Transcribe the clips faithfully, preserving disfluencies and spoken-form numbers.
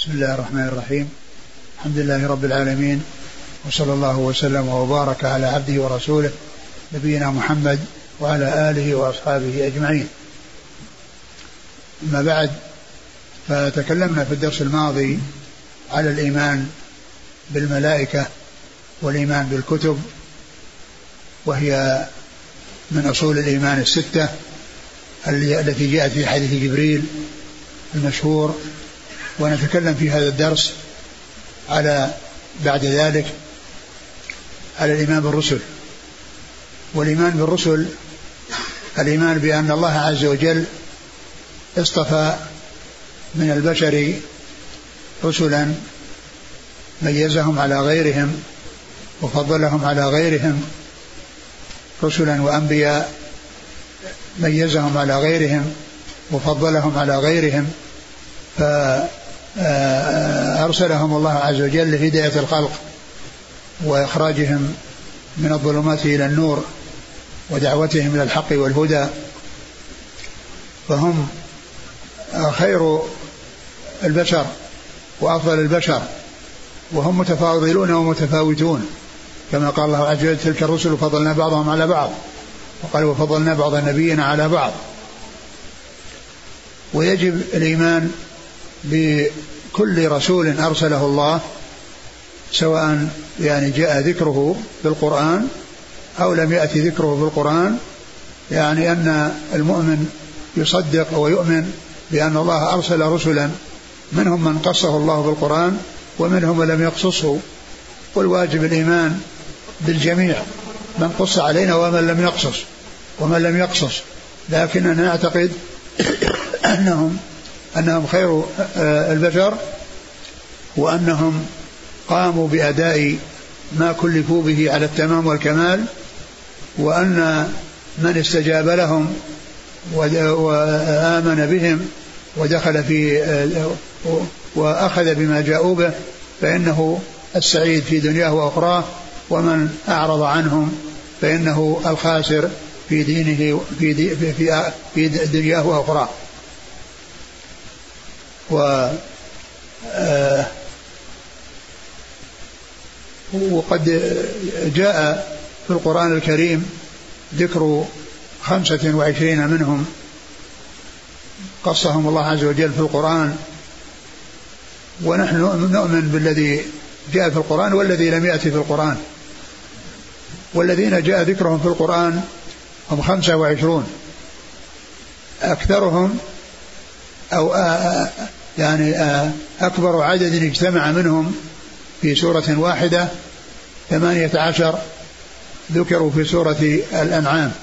بسم الله الرحمن الرحيم. الحمد لله رب العالمين، وصلى الله وسلم وبارك على عبده ورسوله نبينا محمد وعلى آله وأصحابه أجمعين. أما بعد، فتكلمنا في الدرس الماضي على الإيمان بالملائكة والإيمان بالكتب، وهي من أصول الإيمان الستة التي جاءت في حديث جبريل المشهور. ونتكلم في هذا الدرس على بعد ذلك على الإيمان بالرسل. والإيمان بالرسل الإيمان بأن الله عز وجل اصطفى من البشر رسلا ميزهم على غيرهم وفضلهم على غيرهم، رسلا وأنبياء ميزهم على غيرهم وفضلهم على غيرهم، فأرسلهم الله عز وجل لهداية الخلق وإخراجهم من الظلمات إلى النور ودعوتهم إلى الحق والهدى. فهم خير البشر وأفضل البشر، وهم متفاضلون ومتفاوتون، كما قال الله عز وجل: تلك الرسل فضلنا بعضهم على بعض، وقال: وفضلنا بعض النبيين على بعض. ويجب الإيمان بكل رسول أرسله الله، سواء يعني جاء ذكره في القرآن أو لم يأتي ذكره في القرآن، يعني أن المؤمن يصدق ويؤمن بأن الله أرسل رسلا، منهم من قصه الله بالقرآن ومنهم من لم يقصصه. والواجب الإيمان بالجميع، من قص علينا ومن لم يقصص ومن لم يقصص لكننا نعتقد أنهم أنهم خير البشر، وأنهم قاموا بأداء ما كلفوا به على التمام والكمال، وأن من استجاب لهم وآمن بهم ودخل في وأخذ بما جاءوا به فإنه السعيد في دنياه وأخراه، ومن أعرض عنهم فإنه الخاسر في دينه في دي في في دنياه وأخراه. و وقد جاء في القرآن الكريم ذكر خمسة وعشرين منهم قصهم الله عز وجل في القرآن، ونحن نؤمن بالذي جاء في القرآن والذي لم يأتي في القرآن. والذين جاء ذكرهم في القرآن هم خمسة وعشرون، أكثرهم أو يعني أكبر عدد اجتمع منهم في سورة واحدة ثمانية عشر ذكروا في سورة الأنعام،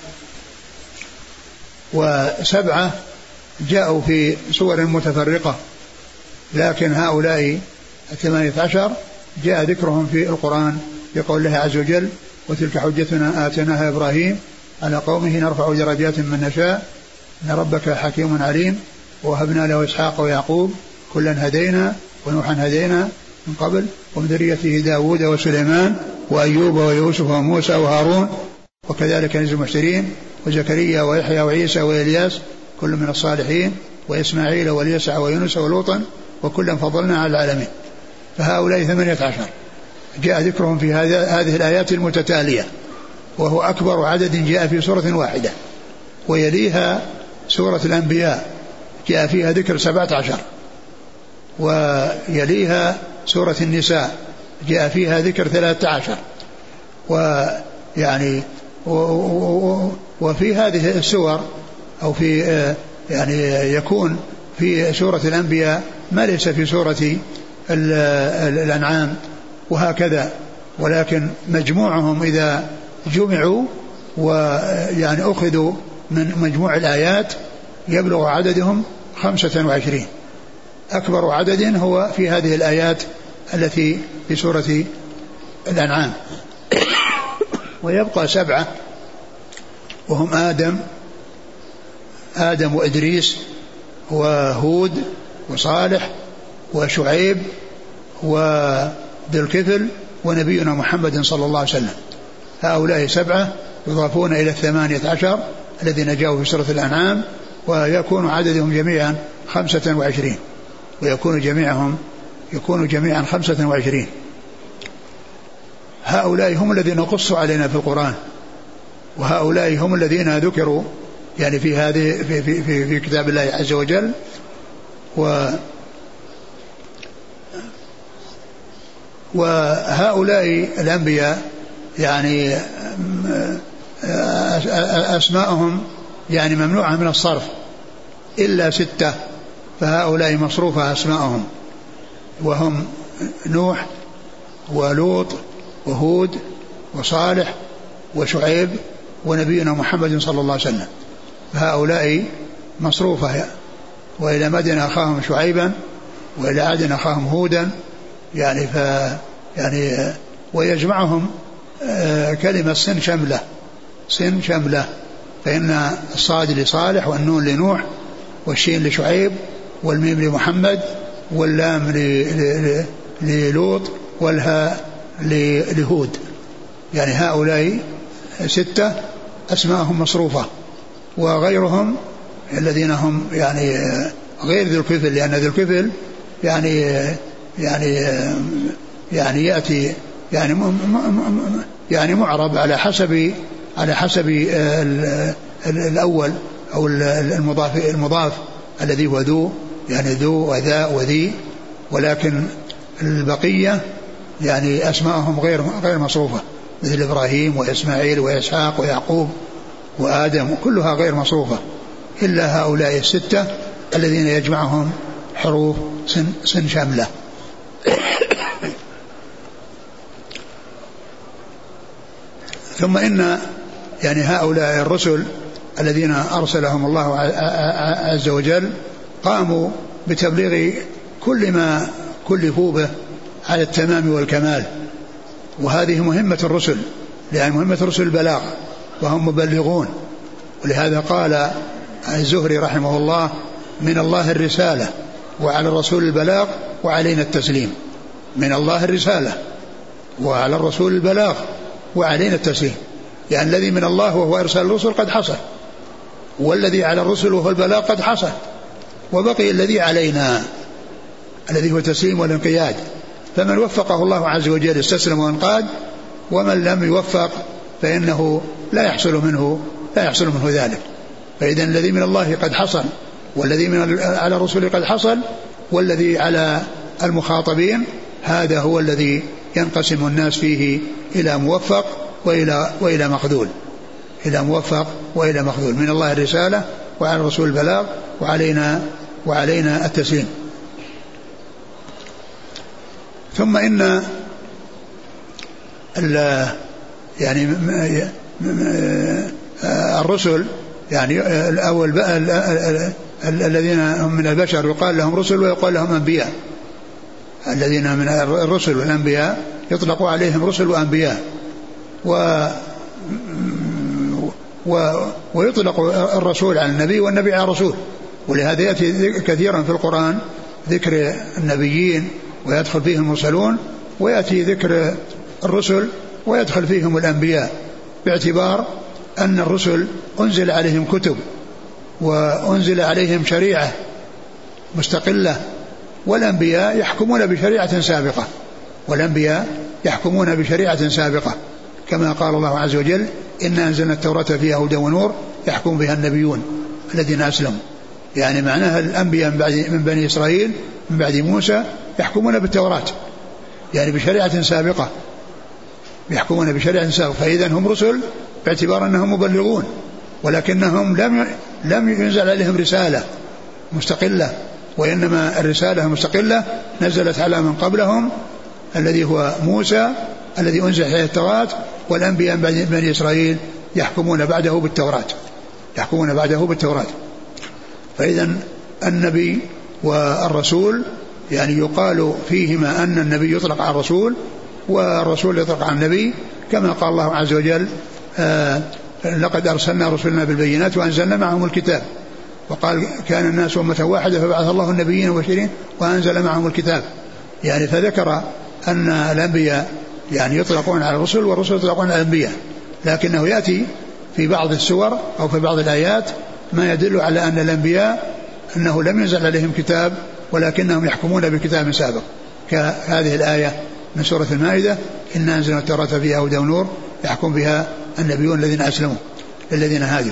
وسبعة جاءوا في سور متفرقة، لكن هؤلاء الثمانية عشر جاء ذكرهم في القرآن يقول الله عز وجل: وتلك حجتنا آتيناها إبراهيم على قومه نرفع درجات من نشاء إن ربك حكيم عليم ووهبنا له إسحاق ويعقوب كلا هدينا ونوحا هدينا من قبل ومن ذريته داود وسليمان وأيوب ويوسف وموسى وهارون وكذلك نجزي المحسنين وزكريا ويحيى وعيسى وإلياس كل من الصالحين وإسماعيل واليسع ويونس ولوطا وكلا فضلنا على العالمين. فهؤلاء ثمانية عشر جاء ذكرهم في هذه الآيات المتتالية، وهو أكبر عدد جاء في سورة واحدة. ويليها سورة الأنبياء جاء فيها ذكر سبعة عشر، ويليها سورة النساء جاء فيها ذكر ثلاثة عشر. ويعني وفي هذه السور أو في يعني يكون في سورة الأنبياء ما ليس في سورة الأنعام، وهكذا. ولكن مجموعهم إذا جمعوا ويعني أخذوا من مجموع الآيات يبلغ عددهم خمسة وعشرين، أكبر عدد هو في هذه الآيات التي في سورة الأنعام. ويبقى سبعة وهم آدم آدم وإدريس وهود وصالح وشعيب وذو الكفل ونبينا محمد صلى الله عليه وسلم. هؤلاء سبعة يضافون إلى الثمانية عشر الذين جاءوا في سورة الأنعام، ويكون عددهم جميعا خمسة وعشرين، ويكون جميعهم يكون جميعا خمسة وعشرين. هؤلاء هم الذين قصوا علينا في القرآن، وهؤلاء هم الذين ذكروا يعني في هذه في, في, في, في كتاب الله عز وجل. و وهؤلاء الأنبياء يعني أسماءهم يعني ممنوعة من الصرف إلا ستة، فهؤلاء مصروفة أسماءهم، وهم نوح ولوط وهود وصالح وشعيب ونبينا محمد صلى الله عليه وسلم، فهؤلاء مصروفة. وإلى مدين أخاهم شعيبا وإلى عاد أخاهم هودا، يعني ف يعني ويجمعهم كلمة سن شملة، سن شملة، فإن الصاد لصالح والنون لنوح والشين لشعيب والميم لمحمد واللام للوط والهاء لهود، يعني هؤلاء ستة أسماءهم مصروفة. وغيرهم الذين هم يعني غير ذو الكفل، لأن ذو الكفل يعني يعني يعني يأتي يعني يعني معرب على حسب على حسب الأول أو المضاف المضاف الذي هو ذو، يعني ذو وذا وذي، ولكن البقية يعني أسماءهم غير غير مصروفة، مثل إبراهيم وإسماعيل وإسحاق ويعقوب وآدم، كلها غير مصروفة إلا هؤلاء الستة الذين يجمعهم حروف سن, سن شاملة. ثم إن يعني هؤلاء الرسل الذين أرسلهم الله عز وجل قاموا بتبليغ كل ما كلفوا به على التمام والكمال، وهذه مهمة الرسل، لأن مهمة الرسل البلاغ وهم مبلغون. ولهذا قال الزهري رحمه الله: من الله الرسالة وعلى الرسول البلاغ وعلينا التسليم. من الله الرسالة وعلى الرسول البلاغ وعلينا التسليم، يعني الذي من الله وهو إرسال الرسل قد حصل، والذي على الرسل وهو البلاغ قد حصل، وبقي الذي علينا الذي هو تسليم والانقياد. فمن وفقه الله عز وجل استسلم وانقاد، ومن لم يوفق فإنه لا يحصل منه لا يحصل منه ذلك. فإذا الذي من الله قد حصل، والذي من على الرسل قد حصل، والذي على المخاطبين هذا هو الذي ينقسم الناس فيه إلى موفق وإلى وإلى مخذول، إلى موفق وإلى مخذول. من الله الرسالة وعلى الرسول البلاغ وعلينا وعلينا التسليم. ثم إن يعني الرسل يعني الأول الذين هم من البشر يقال لهم رسل ويقال لهم أنبياء. الذين من الرسل والأنبياء يطلق عليهم رسل وأنبياء، و و ويطلق الرسول على النبي والنبي على الرسول. ولهذا يأتي كثيرا في القرآن ذكر النبيين ويدخل فيهم المرسلون، ويأتي ذكر الرسل ويدخل فيهم الأنبياء، باعتبار أن الرسل أنزل عليهم كتب وأنزل عليهم شريعة مستقلة، والأنبياء يحكمون بشريعة سابقة والأنبياء يحكمون بشريعة سابقة كما قال الله عز وجل: إنا أنزلنا التوراة فيها هدى ونور يحكم بها النبيون الذين أسلموا. يعني معناها الأنبياء من بني إسرائيل من بعد موسى يحكمون بالتوراة، يعني بشريعة سابقة، يحكمون بشريعة سابقة. فإذا هم رسل باعتبار أنهم مبلغون، ولكنهم لم لم ينزل عليهم رسالة مستقلة، وإنما الرسالة المستقلة نزلت على من قبلهم الذي هو موسى الذي أنزل عليه التوراة، والأنبياء من بني إسرائيل يحكمون بعده بالتوراة يحكمون بعده بالتوراة. فإذا النبي والرسول يعني يقال فيهما أن النبي يطلق على الرسول والرسول يطلق على النبي، كما قال الله عز وجل: آه لقد أرسلنا رسلنا بالبينات وأنزلنا معهم الكتاب. وقال: كان الناس أمة واحدة فبعث الله النبيين والمبشرين وأنزل معهم الكتاب. يعني فذكر أن الأنبياء يعني يطلقون على الرسل والرسل يطلقون على الأنبياء، لكنه يأتي في بعض السور أو في بعض الآيات ما يدل على أن الأنبياء أنه لم ينزل عليهم كتاب ولكنهم يحكمون بكتاب سابق، كهذه الآية من سورة المائدة: إنا أنزلنا التوراة فيها هدى ونور يحكم بها النبيون الذين أسلموا للذين هادوا.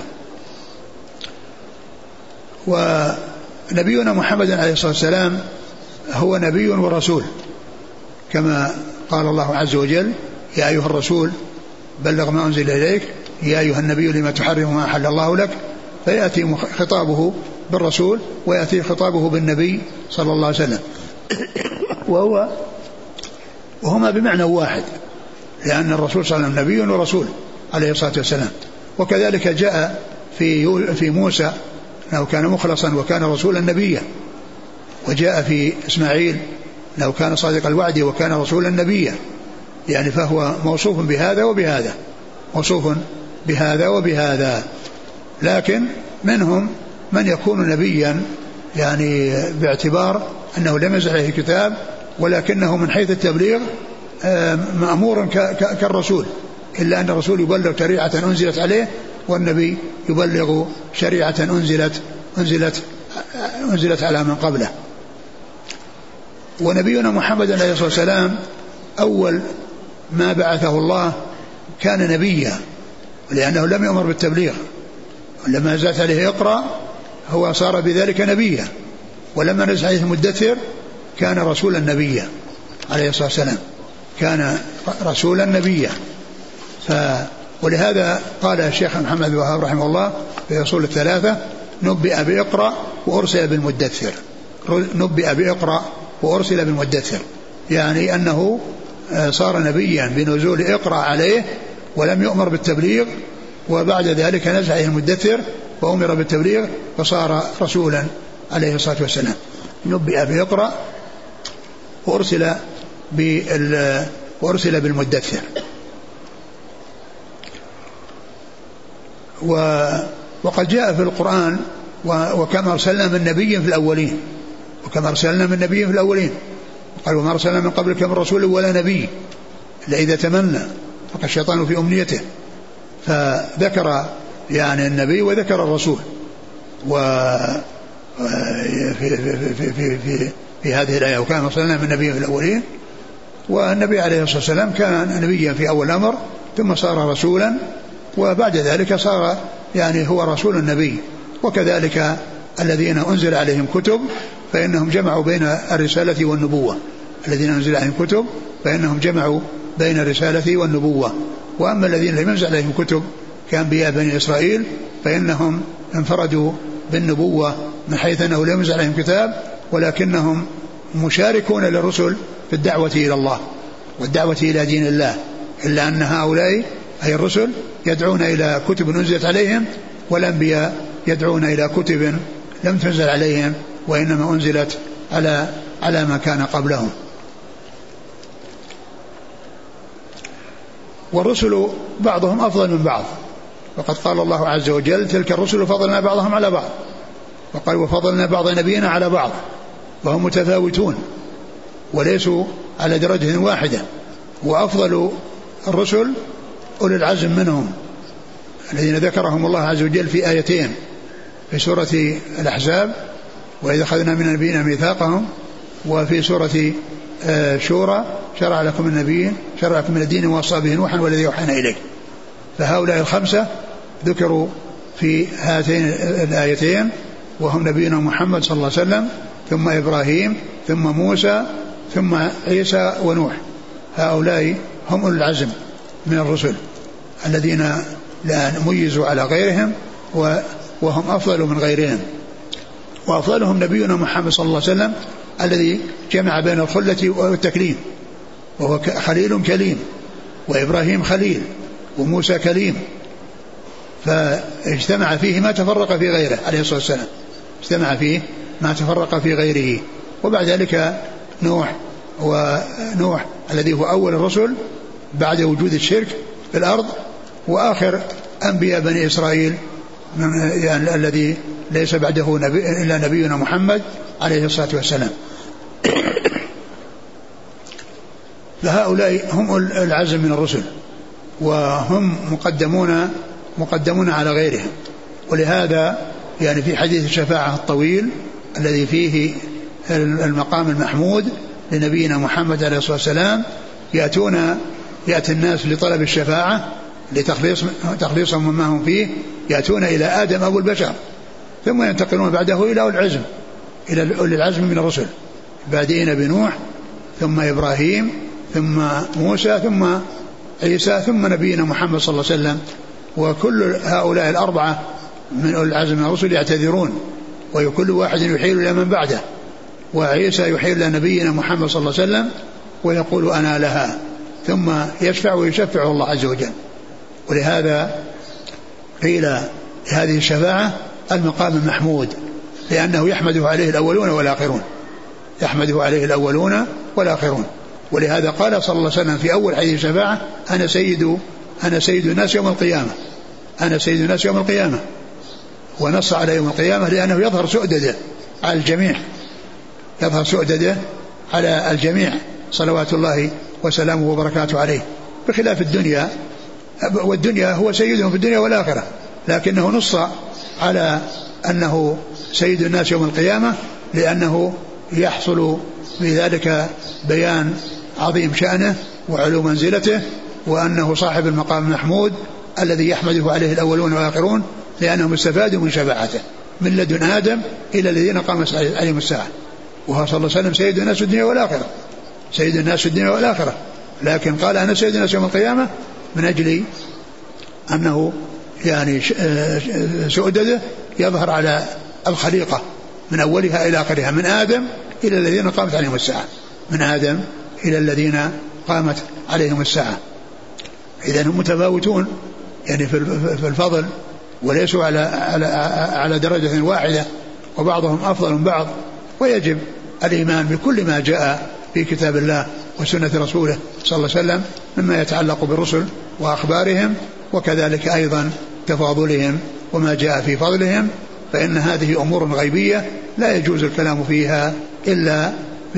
ونبينا محمد عليه الصلاة والسلام هو نبي ورسول، كما قال الله عز وجل: يا أيها الرسول بلغ ما أنزل إليك، يا أيها النبي لما تحرم ما أحل الله لك. فيأتي خطابه بالرسول ويأتي خطابه بالنبي صلى الله عليه وسلم، وهو وهما بمعنى واحد، لأن الرسول صلى الله عليه وسلم نبي ورسول عليه الصلاة والسلام. وكذلك جاء في في موسى أنه كان مخلصا وكان رسولا نبيا، وجاء في إسماعيل أنه كان صادق الوعد وكان رسولا نبيا، يعني فهو موصوف بهذا وبهذا، موصوف بهذا وبهذا. لكن منهم من يكون نبيا يعني باعتبار أنه لم ينزل عليه كتاب، ولكنه من حيث التبليغ مأمور كالرسول، إلا أن الرسول يبلغ شريعة أنزلت عليه، والنبي يبلغ شريعة أنزلت أنزلت أنزلت على من قبله. ونبينا محمد عليه الصلاة والسلام أول ما بعثه الله كان نبيا، لأنه لم يؤمر بالتبليغ، ولما نزلت عليه اقرأ هو صار بذلك نبيا، ولما نزل عليه المدثر كان رسولا نبيا عليه الصلاة والسلام، كان رسولا نبيا. ف ولهذا قال الشيخ محمد الوهاب رحمه الله في أصول الثلاثة: نبئ بإقرأ وأرسل بالمدثر. نبئ بإقرأ وأرسل بالمدثر، يعني أنه صار نبيا بنزول إقرأ عليه ولم يؤمر بالتبليغ، وبعد ذلك نزل عليه المدثر وأمر بالتبليغ فصار رسولا عليه الصلاة والسلام. نبئ بإقرأ وأرسل وأرسل بالمدثر. وقد جاء في القرآن: وكما أرسلنا من نبي في الأولين، وكما أرسلنا من نبي في الأولين، قال: وما أرسلنا من قبلك من رسول ولا نبي إلا إذا تمنى فقد الشيطان في أمنيته. فذكر يعني النبي وذكر الرسول، وفي في في في في, في هذه الآية: وكما أرسلنا من نبي في الأولين. والنبي عليه الصلاة والسلام كان نبيا في أول الأمر، ثم صار رسولا، وبعد ذلك صار يعني هو رسول النبي. وكذلك الذين أنزل عليهم كتب فإنهم جمعوا بين الرسالة والنبوة، الذين أنزل عليهم كتب فإنهم جمعوا بين الرسالة والنبوة. وأما الذين لم ينزل عليهم كتب كأنبياء بني إسرائيل فإنهم انفردوا بالنبوة من حيث أنه لم ينزل عليهم كتاب، ولكنهم مشاركون للرسل في الدعوة إلى الله والدعوة إلى دين الله، إلا أن هؤلاء أي الرسل يدعون إلى كتب نزلت عليهم، والأنبياء يدعون إلى كتب لم تنزل عليهم وإنما أنزلت على على ما كان قبلهم. والرسل بعضهم أفضل من بعض، وقد قال الله عز وجل: تلك الرسل فضلنا بعضهم على بعض، وقال: وفضلنا بعض نبينا على بعض، وهم متفاوتون وليسوا على درجة واحدة. وأفضل الرسل أولي العزم منهم الذين ذكرهم الله عز وجل في آيتين في سورة الأحزاب: وإذا أخذنا من النبيين ميثاقهم، وفي سورة شورى: شرع لكم من النبيين شرع لكم من الدين ووصى به نوحا والذي أوحينا إليه. فهؤلاء الخمسة ذكروا في هاتين الآيتين، وهم نبينا محمد صلى الله عليه وسلم، ثم إبراهيم، ثم موسى، ثم عيسى ونوح. هؤلاء هم أولي العزم من الرسل الذين لا ميزوا على غيرهم، وهم أفضل من غيرهم. وأفضلهم نبينا محمد صلى الله عليه وسلم الذي جمع بين الخلة والتكليم، وهو خليل كليم، وإبراهيم خليل، وموسى كليم، فاجتمع فيه ما تفرق في غيره عليه الصلاة والسلام، اجتمع فيه ما تفرق في غيره. وبعد ذلك نوح، ونوح الذي هو أول الرسل بعد وجود الشرك في الأرض، وآخر أنبياء بني إسرائيل يعني الذي ليس بعده نبي إلا نبينا محمد عليه الصلاة والسلام. فهؤلاء هم العزم من الرسل، وهم مقدمون مقدمون على غيرهم. ولهذا يعني في حديث الشفاعة الطويل الذي فيه المقام المحمود لنبينا محمد عليه الصلاة والسلام يأتون يأتي الناس لطلب الشفاعة لتخليص تخليصهم مما هم فيه، يأتون إلى آدم أبو البشر، ثم ينتقلون بعده إلى أولي العزم إلى أولي العزم من الرسل، بادئين بنوح ثم إبراهيم ثم موسى ثم عيسى ثم نبينا محمد صلى الله عليه وسلم. وكل هؤلاء الأربعة من أولي العزم من الرسل يعتذرون، وكل واحد يحيل إلى من بعده، وعيسى يحيل إلى نبينا محمد صلى الله عليه وسلم ويقول أنا لها، ثم يشفع ويشفعه الله عز وجل. ولهذا قيل هذه الشفاعة المقام المحمود، لأنه يحمده عليه الأولون والآخرون، يحمده عليه الأولون والآخرون. ولهذا قال صلى الله عليه وسلم في أول حديث الشفاعة أنا سيد أنا سيد الناس يوم القيامة، أنا سيد الناس يوم القيامة، ونص على يوم القيامة لأنه يظهر سؤدده على الجميع، يظهر سؤدده على الجميع صلوات الله وسلامه وبركاته عليه، بخلاف الدنيا، والدنيا هو سيدهم في الدنيا والآخرة، لكنه نص على أنه سيد الناس يوم القيامة لأنه يحصل بذلك بيان عظيم شأنه وعلو منزلته، وأنه صاحب المقام المحمود الذي يحمده عليه الأولون والآخرون، لأنهم استفادوا من شفاعته من لدن آدم إلى الذين قامت عليهم الساعة. وهو صلى الله عليه وسلم سيد الناس الدنيا والآخرة، سيد الناس الدنيا والآخرة، لكن قال أنا سيد الناس يوم القيامة من أجل أنه يعني سؤدده يظهر على الخليقة من أولها إلى آخرها، من آدم إلى الذين قامت عليهم الساعة، من آدم إلى الذين قامت عليهم الساعة. إذن هم متفاوتون يعني في الفضل، وليسوا على على على درجة واحدة، وبعضهم أفضل من بعض. ويجب الإيمان بكل ما جاء في كتاب الله وسنة رسوله صلى الله عليه وسلم مما يتعلق بالرسل وأخبارهم، وكذلك أيضا تفاضلهم وما جاء في فضلهم، فإن هذه أمور غيبية لا يجوز الكلام فيها إلا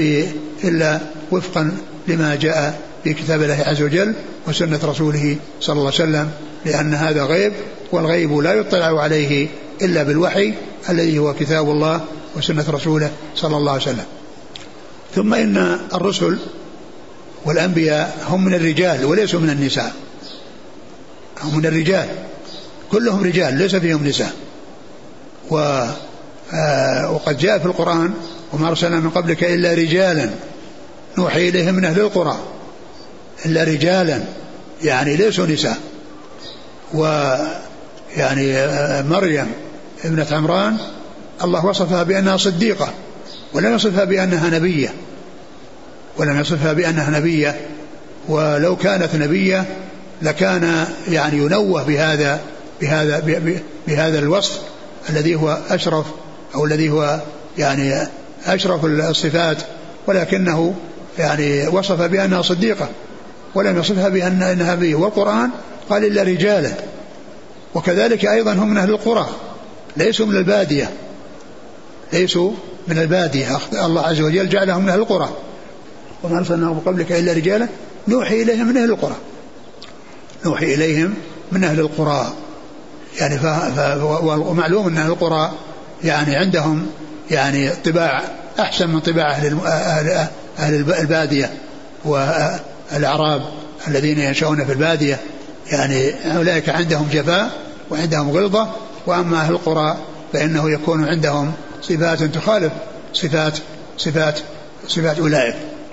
إلا وفقا لما جاء في كتاب الله عز وجل وسنة رسوله صلى الله عليه وسلم، لأن هذا غيب، والغيب لا يطلع عليه إلا بالوحي الذي هو كتاب الله وسنة رسوله صلى الله عليه وسلم. ثم إن الرسل والأنبياء هم من الرجال وليسوا من النساء، هم من الرجال، كلهم رجال ليس فيهم نساء. و وقد جاء في القرآن وما أرسلنا من قبلك إلا رجالا نوحي إليهم من أهل القرى، إلا رجالا يعني ليسوا نساء. ويعني مريم ابنة عمران الله وصفها بأنها صديقة، ولم يصفها بأنها نبية، ولم يصفها بأنها نبية، ولو كانت نبية لكان يعني ينوه بهذا بهذا بهذا الوصف الذي هو أشرف، أو الذي هو يعني أشرف الصفات، ولكنه يعني وصف بأنها صديقة ولم يصفها بأنها نبية. والقرآن قال إلا رجالا. وكذلك أيضا هم من أهل القرى، ليسوا من البادية، ليسوا من البادية، الله عز وجل جعلهم من أهل القرى. وما أرسلنا من قبلك إلا رجالا نوحي إليهم من أهل القرى، نوحي إليهم من أهل القرى. يعني ف... ف... ومعلوم أن أهل القرى يعني عندهم يعني طباع أحسن من طباع أهل, الم... أهل... أهل البادية والأعراب الذين ينشأون في البادية، يعني أولئك عندهم جفاء وعندهم غلظة، وأما أهل القرى فإنه يكون عندهم صفات تخالف صفات صفات صفات أولئك.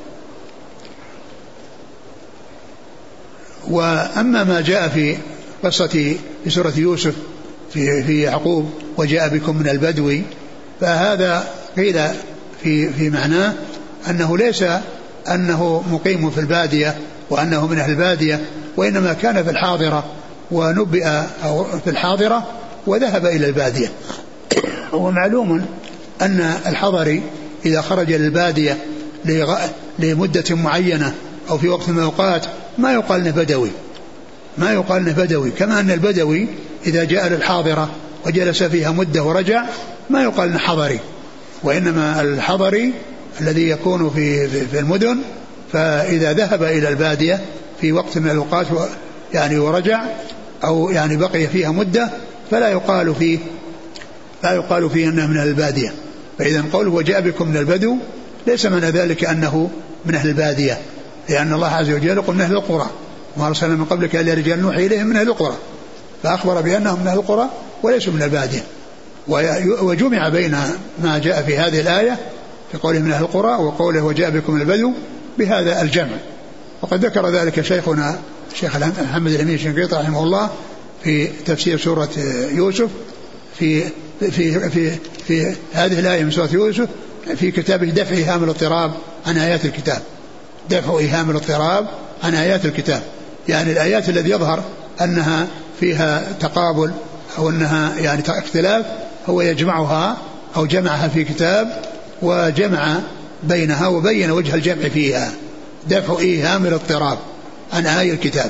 وأما ما جاء في قصة في سورة يوسف في في يعقوب وجاء بكم من البدو، فهذا قيل في في معناه أنه ليس أنه مقيم في البادية وأنه من أهل البادية، وإنما كان في الحاضرة ونبئ أو في الحاضرة وذهب إلى البادية. ومعلوم أن الحضري إذا خرج للبادية لمدة معينة أو في وقت من الأوقات ما يقال انه بدوي، ما يقال انه بدوي، كما أن البدوي إذا جاء للحاضرة وجلس فيها مدة ورجع ما يقال انه حضري، وإنما الحضري الذي يكون في في المدن، فإذا ذهب إلى البادية في وقت من الأوقات يعني ورجع أو يعني بقي فيها مدة فلا يقال فيه لا يقال فيه أنه من البادية. فإذا قوله وجاء بكم من البدو ليس معنى ذلك أنه من أهل البادية، لأن الله عز وجل يقول من أهل القرى، وما أرسلنا من قبلك إلا رجال نوحي إليهم من أهل القرى، فأخبر بأنهم من أهل القرى وليسوا من البادية. وجمع بين ما جاء في هذه الآية في قوله من أهل القرى وقوله وجاء بكم البدو بهذا الجمع. وقد ذكر ذلك شيخنا الشيخ محمد الأمين الشنقيطي رحمه الله في تفسير سورة يوسف في في في في هذه الآية من سورة يوسف في كتابه دفع إيهام الاضطراب عن آيات الكتاب. دفع إيهام الاضطراب عن آيات الكتاب، يعني الآيات التي يظهر أنها فيها تقابل أو أنها يعني اختلاف، هو يجمعها أو جمعها في كتاب وجمع بينها وبين وجه الجمع فيها. دفع إيهام الاضطراب عن آيات الكتاب.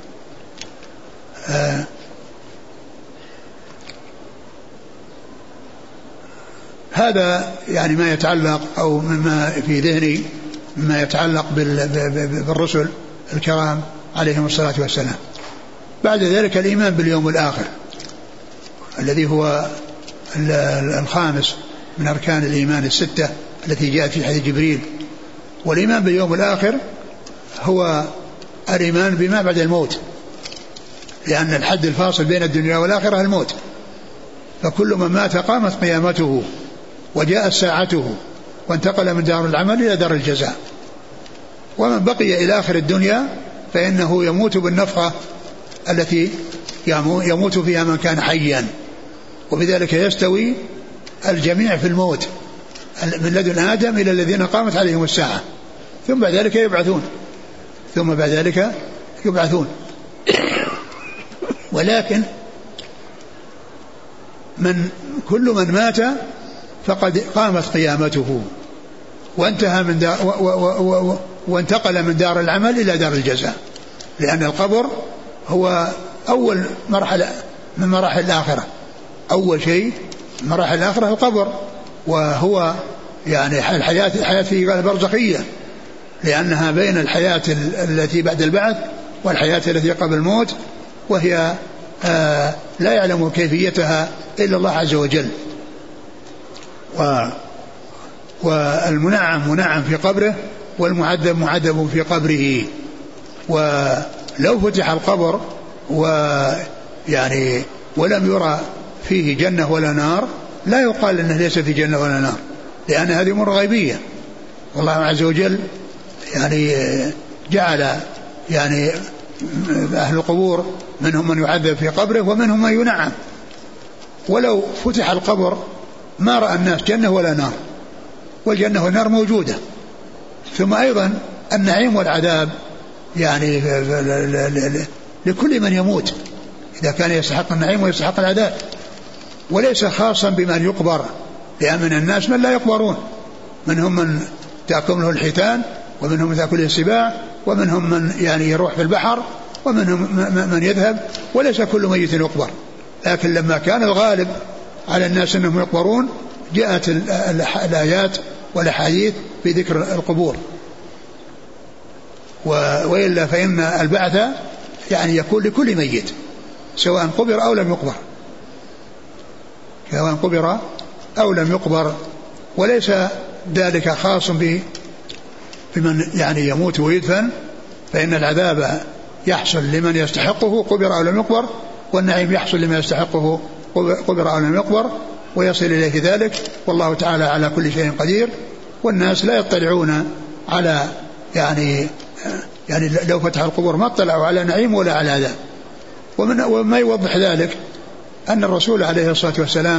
آه هذا يعني ما يتعلق أو مما في ذهني مما يتعلق بالرسل الكرام عليهم الصلاة والسلام. بعد ذلك الإيمان باليوم الآخر الذي هو الخامس من أركان الإيمان الستة التي جاءت في حديث جبريل. والإيمان باليوم الآخر هو الإيمان بما بعد الموت، لأن الحد الفاصل بين الدنيا والآخرة الموت، فكل من مات قامت قيامته وجاءت ساعته وانتقل من دار العمل إلى دار الجزاء. ومن بقي إلى آخر الدنيا فإنه يموت بالنفخة التي يموت فيها من كان حيا، وبذلك يستوي الجميع في الموت من لدن آدم إلى الذين قامت عليهم الساعة، ثم بعد ذلك يبعثون ثم بعد ذلك يبعثون ولكن من كل من مات فقد قامت قيامته وانتهى من دار و و و وانتقل من دار العمل إلى دار الجزاء، لأن القبر هو أول مرحلة من مراحل الآخرة. أول شيء مراحل الآخرة القبر، وهو يعني الحياة الحياة فيه برزخية، لأنها بين الحياة التي بعد البعث والحياة التي قبل الموت، وهي آه لا يعلم كيفيتها إلا الله عز وجل. و والمنعم منعم في قبره والمعذب معذب في قبره. ولو فتح القبر ويعني ولم يرى فيه جنة ولا نار لا يقال أنه ليس في جنة ولا نار، لأن هذه أمور غيبية. والله عز وجل يعني جعل يعني أهل القبور منهم من يعذب في قبره ومنهم من ينعم. ولو فتح القبر ما رأى الناس جنة ولا نار، والجنة والنار موجودة. ثم أيضا النعيم والعذاب يعني لكل من يموت إذا كان يستحق النعيم ويستحق العذاب، وليس خاصا بمن يقبر، لأن من الناس من لا يقبرون، منهم من تأكل له الحيتان ومنهم من تأكله السباع ومنهم من يعني يروح في البحر ومنهم من يذهب، وليس كل ميت يقبر. لكن لما كان الغالب على الناس أنهم يقبرون جاءت الآيات والأحاديث في ذكر القبور. وإلا فإن البعث يعني يكون لكل ميت سواء قبر أو لم يقبر، سواء قبر أو لم يقبر، وليس ذلك خاص بمن يعني يموت ويدفن، فإن العذاب يحصل لمن يستحقه قبر أو لم يقبر، والنعيم يحصل لمن يستحقه قبر أو لم يقبر، ويصل إليه ذلك. والله تعالى على كل شيء قدير، والناس لا يطلعون على يعني يعني لو فتح القبور ما اطلعوا على نعيم ولا على عذاب. ومن وما يوضح ذلك أن الرسول عليه الصلاة والسلام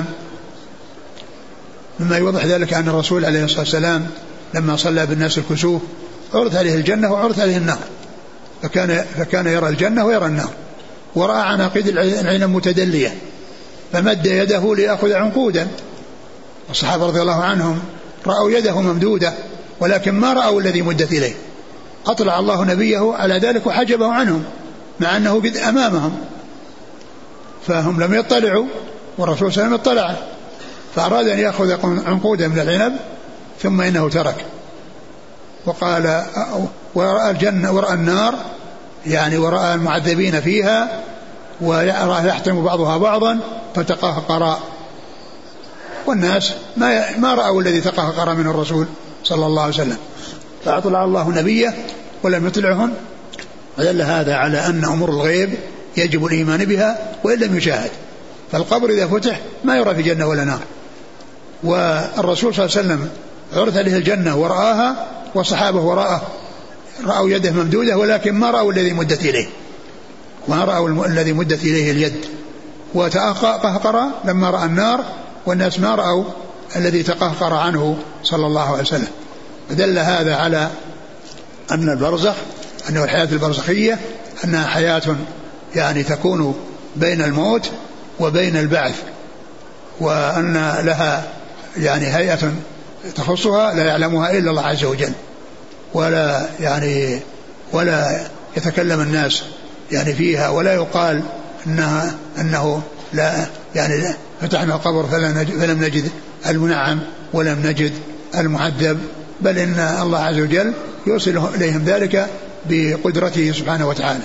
مما يوضح ذلك أن الرسول عليه الصلاة والسلام لما صلى بالناس الكسوف عرض عليه الجنة وعرض عليه النار، فكان فكان يرى الجنة ويرى النار، ورأى عناقيد العنب متدلية فمد يده ليأخذ عنقودا، والصحابة رضي الله عنهم رأوا يده ممدودة ولكن ما رأوا الذي مدت إليه، أطلع الله نبيه على ذلك وحجبه عنهم مع أنه قد أمامهم، فهم لم يطلعوا والرسول صلى الله عليه وسلم اطلع، فأراد أن يأخذ عنقودا من العنب ثم إنه ترك، وقال ورأى الجنة ورأى النار يعني ورأى المعذبين فيها ويرى يحتم بعضها بعضا فتقهقرا، والناس ما ما رأوا الذي تقهقر من الرسول صلى الله عليه وسلم. فأطلع الله نبيه ولم يطلعهم، ودل هذا على أن أمور الغيب يجب الإيمان بها وإن لم يشاهد. فالقبر إذا فتح ما يرى في جنة ولا نار. والرسول صلى الله عليه وسلم عرض عليه الجنة ورآها وصحابه وراءه رأوا يده ممدودة ولكن ما رأوا الذي مدت إليه، ما رأوا الذي مدت إليه اليد، وتقهقر لما رأى النار، والناس ما رأوا الذي تقهقر عنه صلى الله عليه وسلم. فدل هذا على أن البرزخ أنه الحياة البرزخية أنها حياة يعني تكون بين الموت وبين البعث، وأن لها يعني هيئة تخصها لا يعلمها إلا الله عز وجل، ولا يعني ولا يتكلم الناس يعني فيها، ولا يقال أنها أنه لا يعني لا فتحنا القبر فلم نجد المنعم ولم نجد المعذب، بل إن الله عز وجل يوصل إليهم ذلك بقدرته سبحانه وتعالى.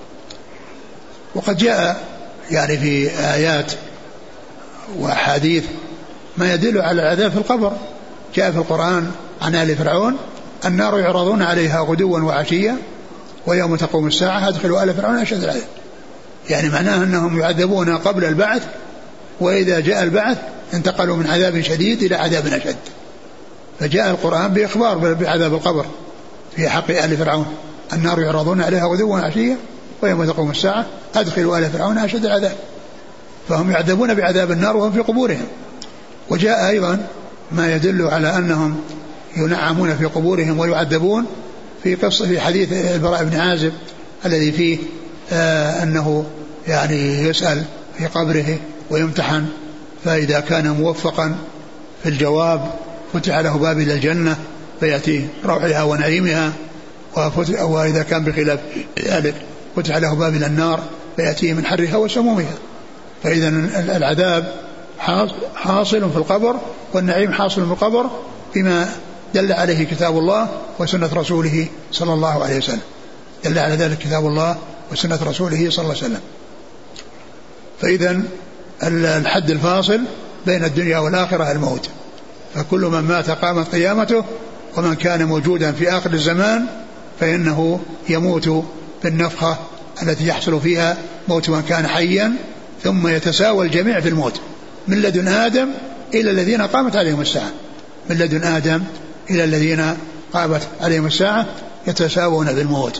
وقد جاء يعني في آيات وأحاديث ما يدل على العذاب في القبر. جاء في القرآن عن آل فرعون النار يعرضون عليها غدوا وعشيا ويوم تقوم الساعة أدخلوا آل فرعون أشد العذاب، يعني معناه أنهم يعذبون قبل البعث، وإذا جاء البعث انتقلوا من عذاب شديد إلى عذاب أشد. فجاء القرآن بإخبار بعذاب القبر في حق آل فرعون النار يعرضون عليها غدوا وعشيا ويوم تقوم الساعة أدخلوا آل فرعون أشد العذاب، فهم يعذبون بعذاب النار وهم في قبورهم. وجاء أيضا ما يدل على أنهم ينعمون في قبورهم ويعذبون في قصة في حديث البراء بن عازب الذي فيه آه أنه يعني يسأل في قبره ويمتحن، فإذا كان موفقا في الجواب فتح له باب إلى الجنة فيأتيه روحها ونعيمها، وإذا كان بخلاف ذلك فتح له باب إلى النار فيأتيه من حرها وسمومها. فإذا العذاب حاصل في القبر والنعيم حاصل في القبر فيما دل عليه كتاب الله وسنة رسوله صلى الله عليه وسلم، دل على ذلك كتاب الله وسنة رسوله صلى الله عليه وسلم. فإذا الحد الفاصل بين الدنيا والآخرة الموت، فكل من مات قامت قيامته، ومن كان موجودا في آخر الزمان فإنه يموت بالنفخة التي يحصل فيها موت من كان حيا، ثم يتساوى الجميع في الموت من لدن آدم إلى الذين قامت عليهم الساعة، من لدن آدم إلى الذين قامت عليهم الساعة يتساوون بالموت.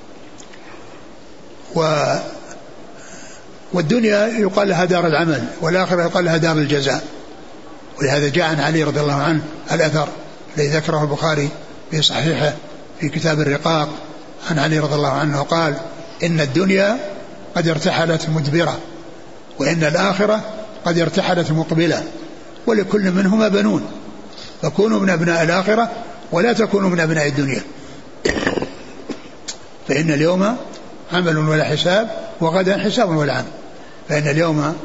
و والدنيا يقال لها دار العمل، والآخرة يقال لها دار الجزاء. ولهذا جاء عن علي رضي الله عنه الأثر الذي ذكره البخاري في صحيحه في كتاب الرقاق عن علي رضي الله عنه قال: إن الدنيا قد ارتحلت مدبرة، وإن الآخرة قد ارتحلت مقبلة، ولكل منهما بنون، فكونوا من أبناء الآخرة ولا تكونوا من أبناء الدنيا، فإن اليوم عمل ولا حساب وغدا حساب ولا عمل، فإن اليوم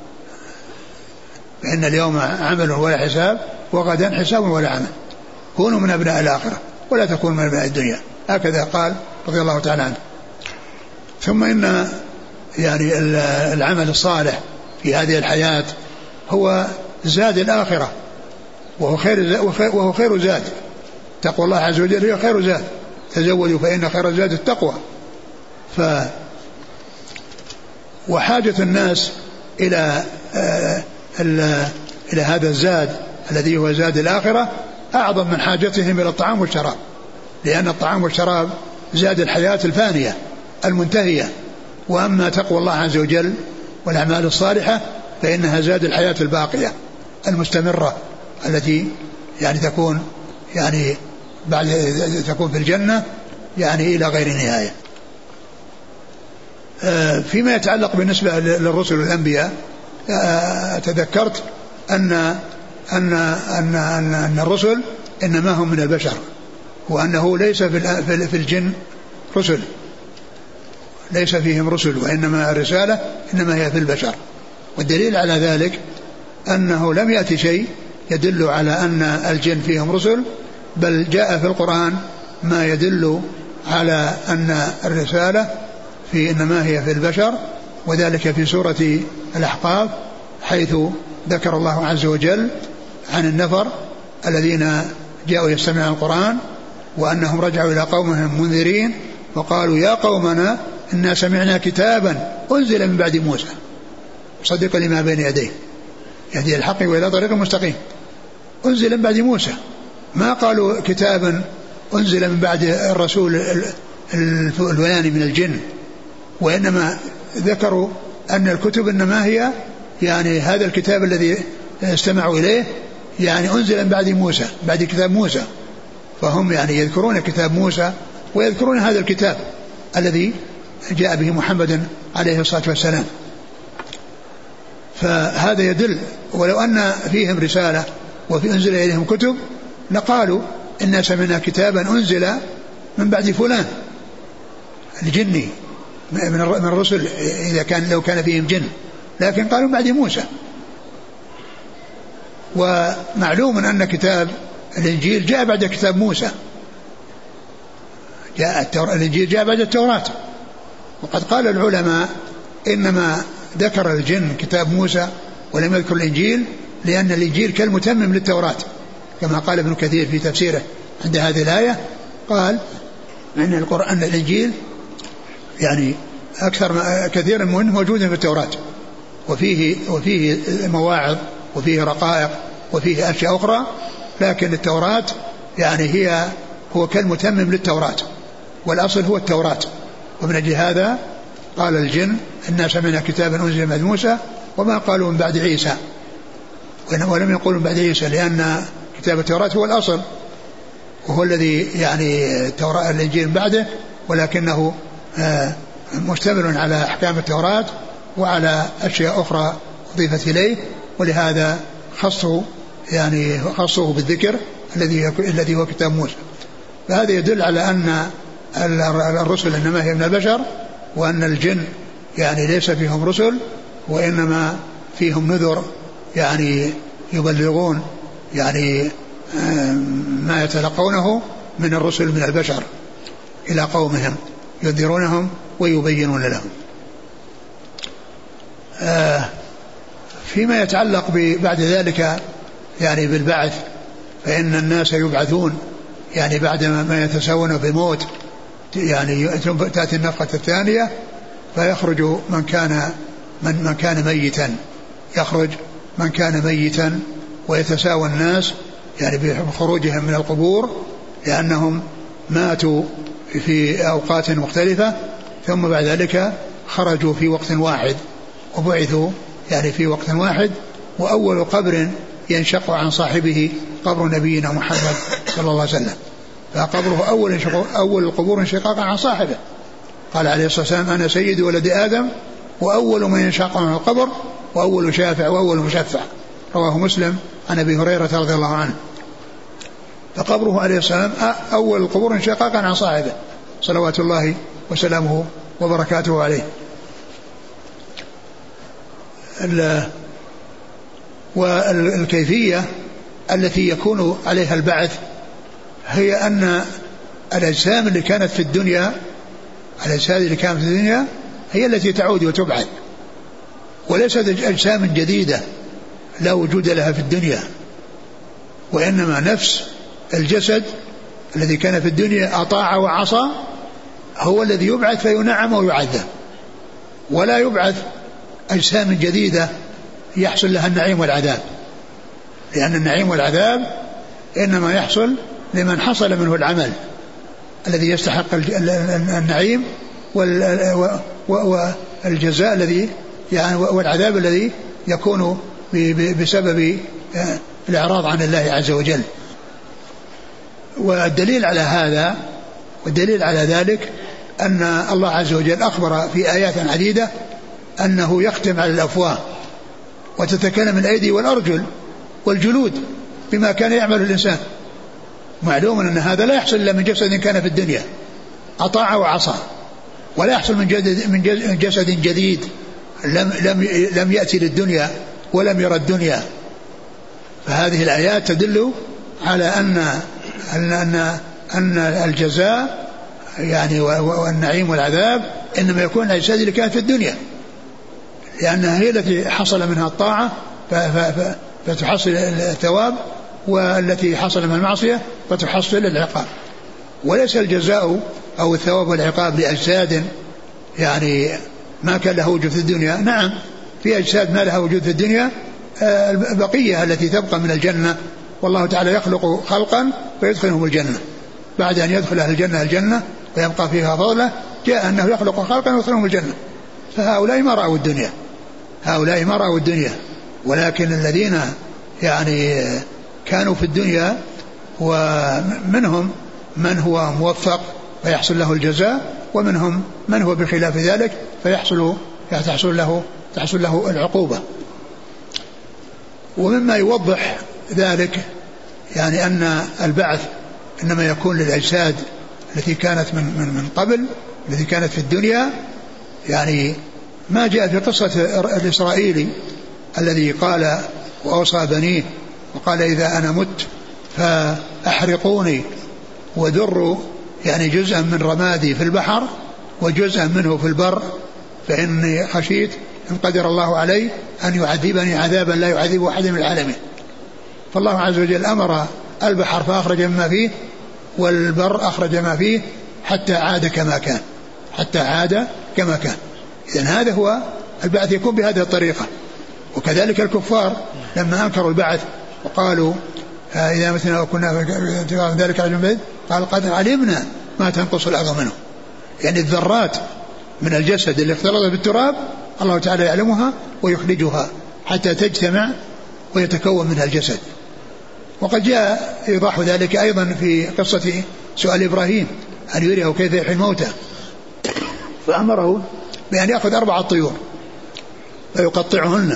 فإن اليوم عمل ولا حساب وغدا حساب ولا عمل، كونوا من أبناء الآخرة ولا تكونوا من أبناء الدنيا، هكذا قال رضي الله تعالى عنه. ثم إن يعني العمل الصالح في هذه الحياة هو زاد الآخرة، وهو خير وهو خير زاد، تقوى الله عز وجل هي خير زاد، تزودوا فإن خير الزاد التقوى. ف وحاجة الناس إلى آه إلى هذا الزاد الذي هو زاد الآخرة أعظم من حاجتهم إلى الطعام والشراب، لأن الطعام والشراب زاد الحياة الفانية المنتهية، وأما تقوى الله عز وجل والأعمال الصالحة فإنها زاد الحياة الباقية المستمرة التي يعني تكون يعني بعد تكون في الجنة يعني إلى غير نهاية. فيما يتعلق بالنسبة للرسل والأنبياء تذكرت أن أن أن أن, أن الرسل إنما هم من البشر، وأنه ليس في الجن رسل، ليس فيهم رسل، وإنما الرسالة إنما هي في البشر. والدليل على ذلك أنه لم يأتي شيء يدل على أن الجن فيهم رسل، بل جاء في القرآن ما يدل على أن الرسالة في إنما هي في البشر، وذلك في سورة الأحقاف حيث ذكر الله عز وجل عن النفر الذين جاءوا يستمعون القرآن وأنهم رجعوا إلى قومهم منذرين وقالوا يا قومنا إنا سمعنا كتابا أنزل من بعد موسى مصدقا لما بين يديه يهدي الحق وإلى طريق مستقيم. أنزل من بعد موسى، ما قالوا كتابا أنزل من بعد الرسول الفلاني من الجن، وإنما ذكروا أن الكتب إنما هي يعني هذا الكتاب الذي استمعوا إليه يعني أنزل من بعد موسى، بعد كتاب موسى، فهم يعني يذكرون كتاب موسى ويذكرون هذا الكتاب الذي جاء به محمد عليه الصلاة والسلام. فهذا يدل، ولو أن فيهم رسالة وفي أنزل إليهم كتب لقالوا إنا سمعنا كتابا أنزل من بعد فلان الجني من الرسل إذا كان لو كان فيهم جن، لكن قالوا بعد موسى. ومعلوم أن كتاب الإنجيل جاء بعد كتاب موسى، جاء الإنجيل جاء بعد التوراة. وقد قال العلماء إنما ذكر الجن كتاب موسى ولم يذكر الإنجيل لأن الإنجيل كالمتمم للتوراة، كما قال ابن كثير في تفسيره عند هذه الآية، قال إن القرآن الإنجيل يعني أكثر ما كثير منه موجود في التوراة، وفيه وفيه مواعظ وفيه رقائق وفيه أشياء أخرى، لكن التوراة يعني هي هو كالمتمم للتوراة والأصل هو التوراة. ومن أجل هذا قال الجن إنا سمعنا كتابا أنزل من موسى وما قالوا من بعد عيسى، ولم يقولوا من بعد عيسى لأن كتاب التوراة هو الأصل وهو الذي يعني التوراة الإنجيل بعده، ولكنه مشتمل على أحكام التوراة وعلى أشياء أخرى أضيفت إليه، ولهذا خصه يعني خصه بالذكر الذي الذي هو كتاب موسى. فهذا يدل على أن الرسل إنما هي من البشر، وأن الجن يعني ليس فيهم رسل وإنما فيهم نذر يعني يبلغون يعني ما يتلقونه من الرسل من البشر إلى قومهم ينذرونهم ويبينون لهم. فيما يتعلق بعد ذلك يعني بالبعث، فإن الناس يبعثون يعني بعد ما يتساوون بموت، يعني تأتي النفخة الثانية فيخرج من كان من, من كان ميتا، يخرج من كان ميتا ويتساوى الناس يعني بخروجهم من القبور لأنهم ماتوا في أوقات مختلفة، ثم بعد ذلك خرجوا في وقت واحد وبعثوا يعني في وقت واحد. وأول قبر ينشق عن صاحبه قبر نبينا محمد صلى الله عليه وسلم، فقبره أول, أول القبور انشقاقا عن صاحبه. قال عليه الصلاة والسلام أنا سيد ولد آدم وأول من ينشق عن القبر وأول شافع وأول مشفع، رواه مسلم عن أبي هريرة رضي الله عنه. فقبره عليه السلام أول القبور انشقاقا عن صاحبه صلوات الله وسلامه وبركاته عليه. والكيفية التي يكون عليها البعث هي أن الأجسام اللي كانت في الدنيا الأجسام اللي كانت في الدنيا هي التي تعود وتبعث، وليست أجسام جديدة لا وجود لها في الدنيا، وإنما نفس الجسد الذي كان في الدنيا أطاع وعصى هو الذي يبعث فينعم ويعذب، ولا يبعث أجسام جديدة يحصل لها النعيم والعذاب، لأن النعيم والعذاب إنما يحصل لمن حصل منه العمل الذي يستحق النعيم والجزاء الذي يعني والعذاب الذي يكون بسبب الإعراض عن الله عز وجل. والدليل على هذا والدليل على ذلك أن الله عز وجل أخبر في آيات عديدة أنه يختم على الأفواه وتتكلم الأيدي والأرجل والجلود بما كان يعمل الإنسان. معلوم أن هذا لا يحصل إلا من جسد كان في الدنيا أطاع وعصى، ولا يحصل من جسد, من جسد جديد لم, لم, لم يأتي للدنيا ولم يرى الدنيا. فهذه الآيات تدل على أن, أن, أن, أن الجزاء يعني والنعيم والعذاب إنما يكون الأجساد اللي كانت في الدنيا، لأنها هي التي حصل منها الطاعة فتحصل الثواب، والتي حصل من المعصية فتحصل العقاب. وليس الجزاء أو الثواب والعقاب لأجساد يعني ما كان لها وجود في الدنيا. نعم في أجساد ما لها وجود في الدنيا البقية التي تبقى من الجنة، والله تعالى يخلق خلقا ويدخلهم الجنة بعد أن يدخل أهل الجنة الجنة ويبقى فيها فضله، جاء أنه يخلق خلقا ويدخلهم الجنة. فهؤلاء ما رأوا الدنيا، هؤلاء ما رأوا الدنيا، ولكن الذين يعني كانوا في الدنيا ومنهم من هو موفق فيحصل له الجزاء، ومنهم من هو بخلاف ذلك فيحصل تحصل له تحصل له العقوبة. ومما يوضح ذلك يعني أن البعث إنما يكون للأجساد التي كانت من من من قبل، التي كانت في الدنيا. يعني ما جاء في قصة الإسرائيلي الذي قال وأوصى بنيه وقال إذا أنا مت فأحرقوني وذروا يعني جزءا من رمادي في البحر وجزءا منه في البر، فإني خشيت إن قدر الله علي أن يعذبني عذابا لا يعذب أحد من العالمين. فالله عز وجل أمر البحر فأخرج مما فيه والبر أخرج ما فيه حتى عاد كما كان، حتى عاد كما كان. إذن هذا هو البعث يكون بهذه الطريقة. وكذلك الكفار لما أنكروا البعث وقالوا إذا مثلنا وكنا ذلك رجل بعيد قال قد علمنا ما تنقص الأرض منه، يعني الذرات من الجسد اللي اختلطت بالتراب الله تعالى يعلمها ويخرجها حتى تجتمع ويتكون منها الجسد. وقد جاء إيضاح ذلك أيضا في قصة سؤال إبراهيم أن يريه كيف يحيي الموتى، فأمره بأن يأخذ أربعة طيور فيقطعهن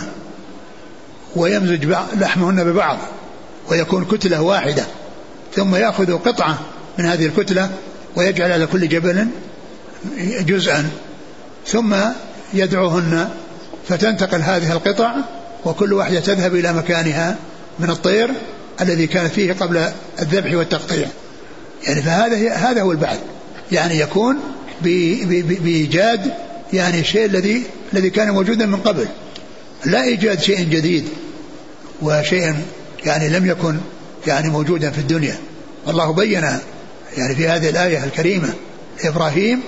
ويمزج لحمهن ببعض ويكون كتلة واحدة، ثم يأخذ قطعة من هذه الكتلة ويجعل على كل جبل جزءا، ثم يدعوهن فتنتقل هذه القطع وكل واحدة تذهب إلى مكانها من الطير الذي كان فيه قبل الذبح والتقطيع. يعني فهذا هذا هو البعث، يعني يكون بإيجاد يعني الشيء الذي الذي كان موجودا من قبل، لا إيجاد شيء جديد وشيء يعني لم يكن يعني موجودا في الدنيا. والله بين يعني في هذه الآية الكريمة إبراهيم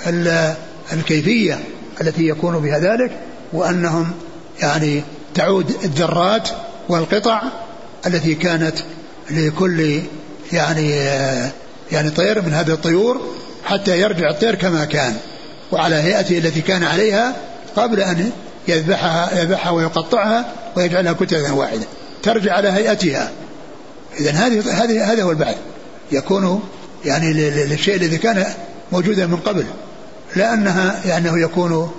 الكيفية التي يكون بها ذلك، وأنهم يعني تعود الذرات والقطع التي كانت لكل يعني يعني طير من هذه الطيور حتى يرجع الطير كما كان وعلى هيئته التي كان عليها قبل أن يذبحها يذبحها ويقطعها ويجعلها كتلة واحدة ترجع على هيئتها. إذن هذه هذه هذا هو البعث، يكون يعني للشيء الذي كان موجودا من قبل، لا أنها يعني يكون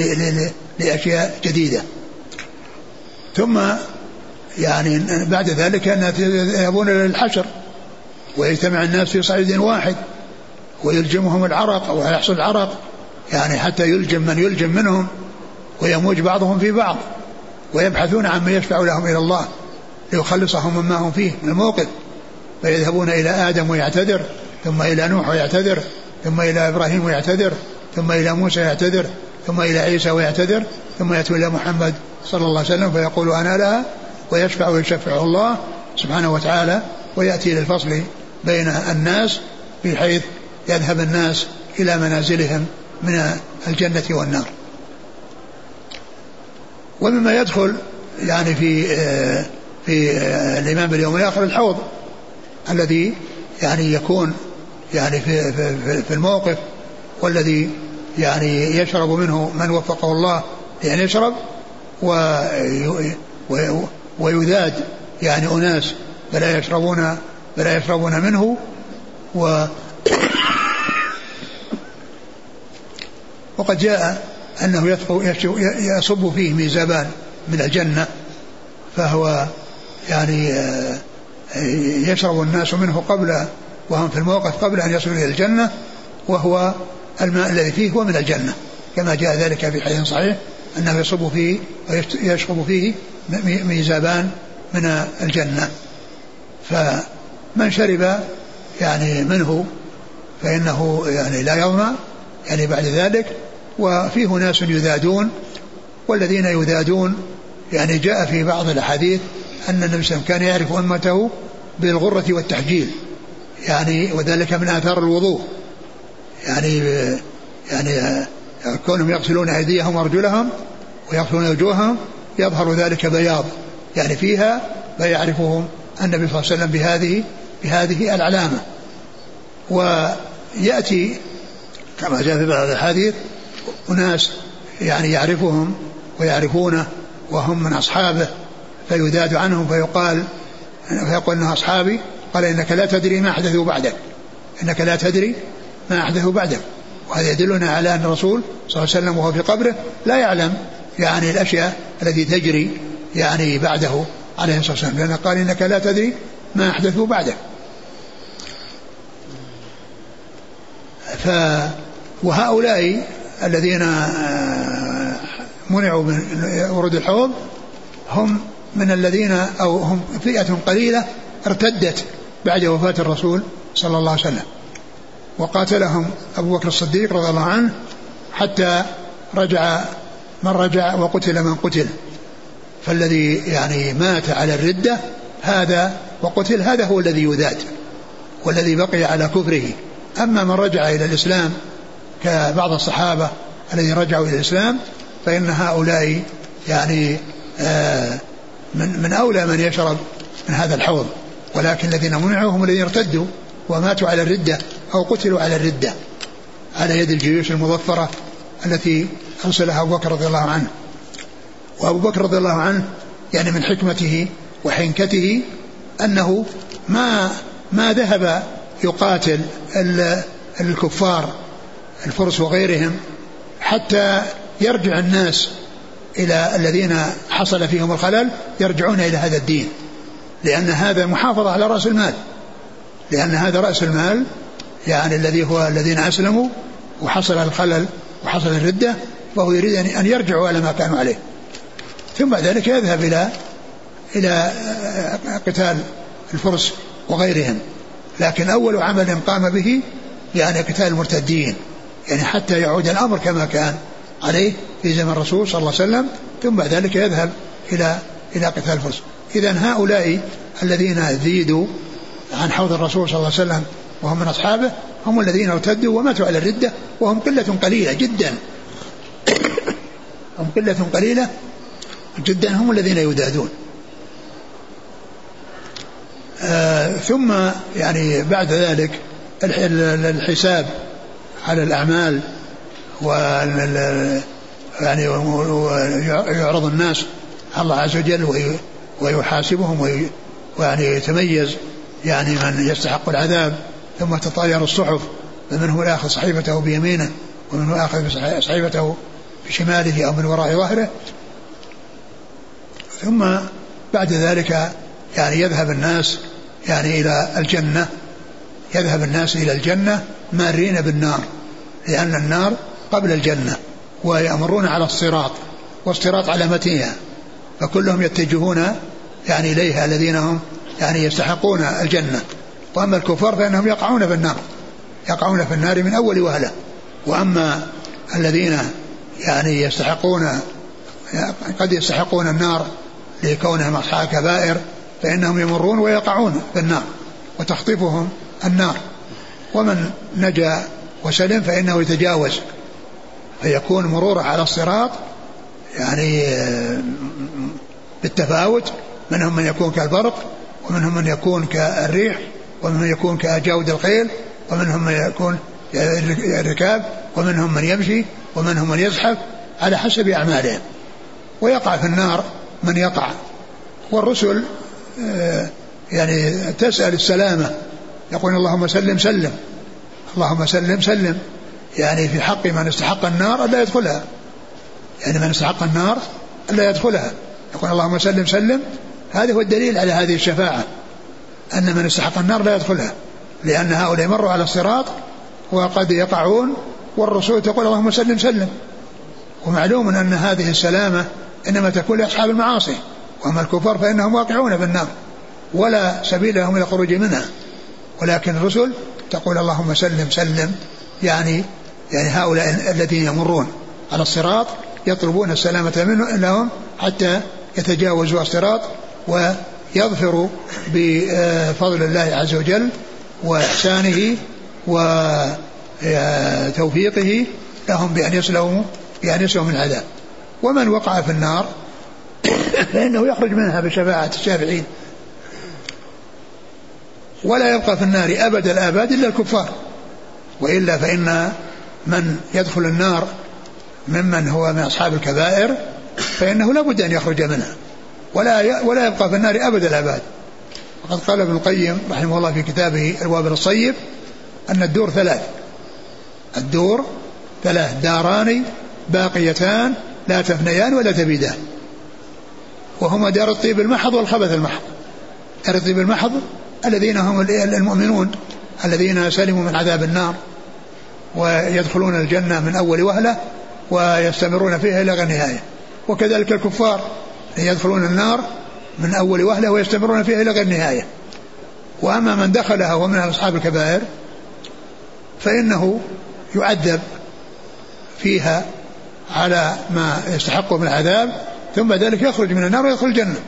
لأشياء جديدة. ثم يعني بعد ذلك أن يذهبون للحشر ويجتمع الناس في صعيد واحد ويلجمهم العرق أو يحصل العرق يعني حتى يلجم من يلجم منهم ويموج بعضهم في بعض، ويبحثون عن من يشفع لهم إلى الله ليخلصهم مما هم فيه من الموقف، فيذهبون إلى آدم ويعتذر، ثم إلى نوح ويعتذر، ثم إلى إبراهيم ويعتذر، ثم إلى موسى ويعتذر، ثم إلى عيسى ويعتذر، ثم يأتي إلى محمد صلى الله عليه وسلم فيقول أنا لها ويشفع ويشفع الله سبحانه وتعالى، ويأتي للفصل بين الناس بحيث يذهب الناس إلى منازلهم من الجنة والنار. ومما يدخل يعني في في الإيمان باليوم الآخر الحوض الذي يعني يكون يعني في في في الموقف، والذي يعني يشرب منه من وفقه الله لأن يشرب، ويذاد يعني أناس فلا يشربون فلا يشربون منه، و وقد جاء أنه يصب فيه ميزابان من الجنة، فهو يعني يشرب الناس منه قبل وهم في الموقف قبل أن يصلوا إلى الجنة، وهو الماء الذي فيه هو من الجنة كما جاء ذلك في حديث صحيح أنه يصب فيه ويشرب فيه ميزابان من الجنة. فمن شرب يعني منه فإنه يعني لا يظمأ يعني بعد ذلك. وفيه ناس يذادون، والذين يذادون يعني جاء في بعض الأحاديث أن النبي صلى الله عليه وسلم كان يعرف أمته بالغرة والتحجيل، يعني وذلك من آثار الوضوء، يعني يعني كونهم يغسلون أيديهم وأرجلهم ويغسلون وجوههم يظهر ذلك بياض يعني فيها، فيعرفهم النبي صلى الله عليه وسلم بهذه بهذه العلامة. ويأتي كما جاء في بعض الحديث أناس يعني يعرفهم ويعرفونه وهم من أصحابه فيذاد عنهم فيقال فيقول إنه أصحابي، قال إنك لا تدري ما أحدثوا بعدك، إنك لا تدري ما أحدثوا بعدك. وهذا يدلنا على أن الرسول صلى الله عليه وسلم وهو في قبره لا يعلم يعني الأشياء التي تجري يعني بعده عليه الصلاة والسلام، لأنه قال إنك لا تدري ما أحدثوا بعدك. ف وهؤلاء الذين منعوا من ورود الحوض هم من الذين أو هم فئة قليلة ارتدت بعد وفاة الرسول صلى الله عليه وسلم، وقاتلهم أبو بكر الصديق رضي الله عنه حتى رجع من رجع وقتل من قتل. فالذي يعني مات على الردة هذا وقتل هذا هو الذي يذاد والذي بقي على كفره. أما من رجع إلى الإسلام كبعض الصحابة الذين رجعوا إلى الإسلام فإن هؤلاء يعني آه من, من أولى من يشرب من هذا الحوض، ولكن الذين منعوا هم الذين ارتدوا وماتوا على الردة أو قتلوا على الردة على يد الجيوش المظفرة التي أرسلها أبو بكر رضي الله عنه. وأبو بكر رضي الله عنه يعني من حكمته وحنكته أنه ما ما ذهب يقاتل الكفار الفرس وغيرهم حتى يرجع الناس إلى الذين حصل فيهم الخلل يرجعون إلى هذا الدين، لأن هذا محافظة على رأس المال، لأن هذا رأس المال يعني الذي هو الذين أسلموا وحصل الخلل وحصل الردة، وهو يريد أن يرجعوا على ما كانوا عليه، ثم بعد ذلك يذهب إلى إلى قتال الفرس وغيرهم. لكن أول عمل قام به يعني قتال المرتدين، يعني حتى يعود الأمر كما كان عليه في زمن الرسول صلى الله عليه وسلم، ثم بعد ذلك يذهب إلى إلى قتال الفرس. إذن هؤلاء الذين زيدوا عن حوض الرسول صلى الله عليه وسلم وهم من أصحابه هم الذين ارتدوا وماتوا على الردة، وهم قلة قليلة جدا هم قلة قليلة جدا هم الذين يدادون. آه ثم يعني بعد ذلك الحساب على الأعمال يعني ويعرض الناس على الله عز وجل ويحاسبهم ويعني يتميز يعني من يستحق العذاب، ثم تطاير الصحف فمنه الآخذ صحيفته بيمينه ومنه الآخذ صحيفته بشماله أو من وراء ظهره. ثم بعد ذلك يعني يذهب الناس يعني إلى الجنة يذهب الناس إلى الجنة مارين بالنار، لأن النار قبل الجنة، ويأمرون على الصراط والصراط على متنها، فكلهم يتجهون يعني إليها الذين هم يعني يستحقون الجنة. وأما الكفار فإنهم يقعون في النار يقعون في النار من أول وهلة. وأما الذين يعني يستحقون قد يستحقون النار لكونهم أصحاب كبائر فإنهم يمرون ويقعون في النار وتخطفهم النار. ومن نجا وسلم فإنه يتجاوز فيكون مروره على الصراط يعني بالتفاوت، منهم من يكون كالبرق ومنهم من يكون كالريح ومنهم من يكون كجود الخيل ومنهم من يكون الركاب ومنهم من يمشي ومنهم من يزحف على حسب أعمالهم، ويقع في النار من يقع. والرسل يعني تسأل السلامة، يقول اللهم سلم سلم اللهم سلم سلم، يعني في حق من استحق النار ألا يدخلها، يعني من استحق النار ألا يدخلها، يقول اللهم سلم سلم. هذا هو الدليل على هذه الشفاعة، أن من استحق النار لا يدخلها، لأن هؤلاء مروا على الصراط وقد يقعون والرسول تقول اللهم سلم سلم. ومعلوم أن هذه السلامة إنما تكون لأصحاب المعاصي، وأما الكفار فإنهم واقعون في النار ولا سبيل لهم إلى الخروج منها، ولكن الرسل تقول اللهم سلم سلم، يعني يعني هؤلاء الذين يمرون على الصراط يطلبون السلامة منه لهم حتى يتجاوزوا الصراط ويظفروا بفضل الله عز وجل وإحسانه وتوفيقه لهم بأن يسلموا بأن يسلموا من العذاب. ومن وقع في النار فإنه يخرج منها بشفاعة الشافعين، ولا يبقى في النار أبد الآباد إلا الكفار، وإلا فإن من يدخل النار ممن هو من أصحاب الكبائر فإنه لا بد أن يخرج منها، ولا ولا يبقى في النار أبد الآباد. وقد قال ابن القيم رحمه الله في كتابه الوابل الصيب أن الدور ثلاث، الدور ثلاث داران باقيتان لا تفنيان ولا تبيدان، وهما دار الطيب المحض والخبث المحض. دار الطيب المحض الذين هم المؤمنون الذين سلموا من عذاب النار ويدخلون الجنة من أول وهلة ويستمرون فيها إلى غير نهاية، وكذلك الكفار يدخلون النار من أول وهلة ويستمرون فيها إلى غير نهاية. وأما من دخلها ومن أصحاب الكبائر فإنه يعذب فيها على ما يستحقه من العذاب، ثم ذلك يخرج من النار ويدخل الجنة،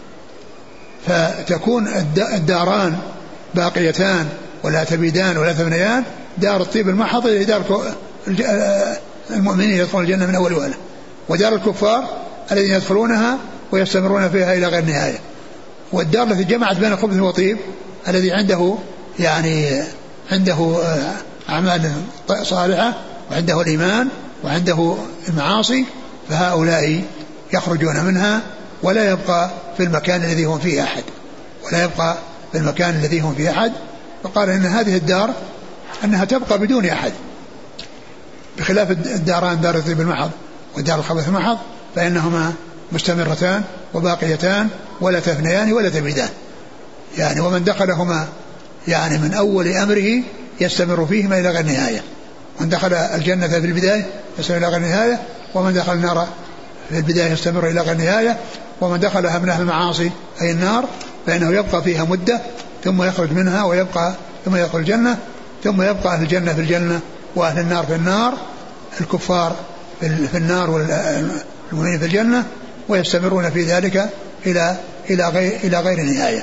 فتكون الداران باقيتان ولا تبيدان ولا تفنيان. دار الطيب المحض هي دار المؤمنين يدخلون الجنة من أول وهلة، ودار الكفار الذين يدخلونها ويستمرون فيها إلى غير نهاية. والدار التي جمعت بين خبث وطيب الذي عنده يعني عنده أعمال صالحة وعنده الإيمان وعنده المعاصي، فهؤلاء يخرجون منها ولا يبقى في المكان الذي هم فيه أحد، ولا يبقى في المكان الذي هم فيه أحد. فقال إن هذه الدار أنها تبقى بدون أحد، بخلاف الداران دار الطيب المحض ودار الخبث المحض فإنهما مستمرتان وباقيتان ولا تفنيان ولا تبيدان، يعني ومن دخلهما يعني من أول أمره يستمر فيهما إلى غير نهاية. من دخل الجنة في البداية يستمر إلى غير نهاية، ومن دخل النار في البداية يستمر إلى غير نهاية، ومن دخلها من أهل المعاصي أي النار فإنه يبقى فيها مدة ثم يخرج منها ويبقى ثم يدخل الجنة، ثم يبقى أهل الجنة في الجنة وأهل النار في النار، الكفار في النار والمؤمنين في الجنة، ويستمرون في ذلك إلى إلى غير إلى غير نهاية.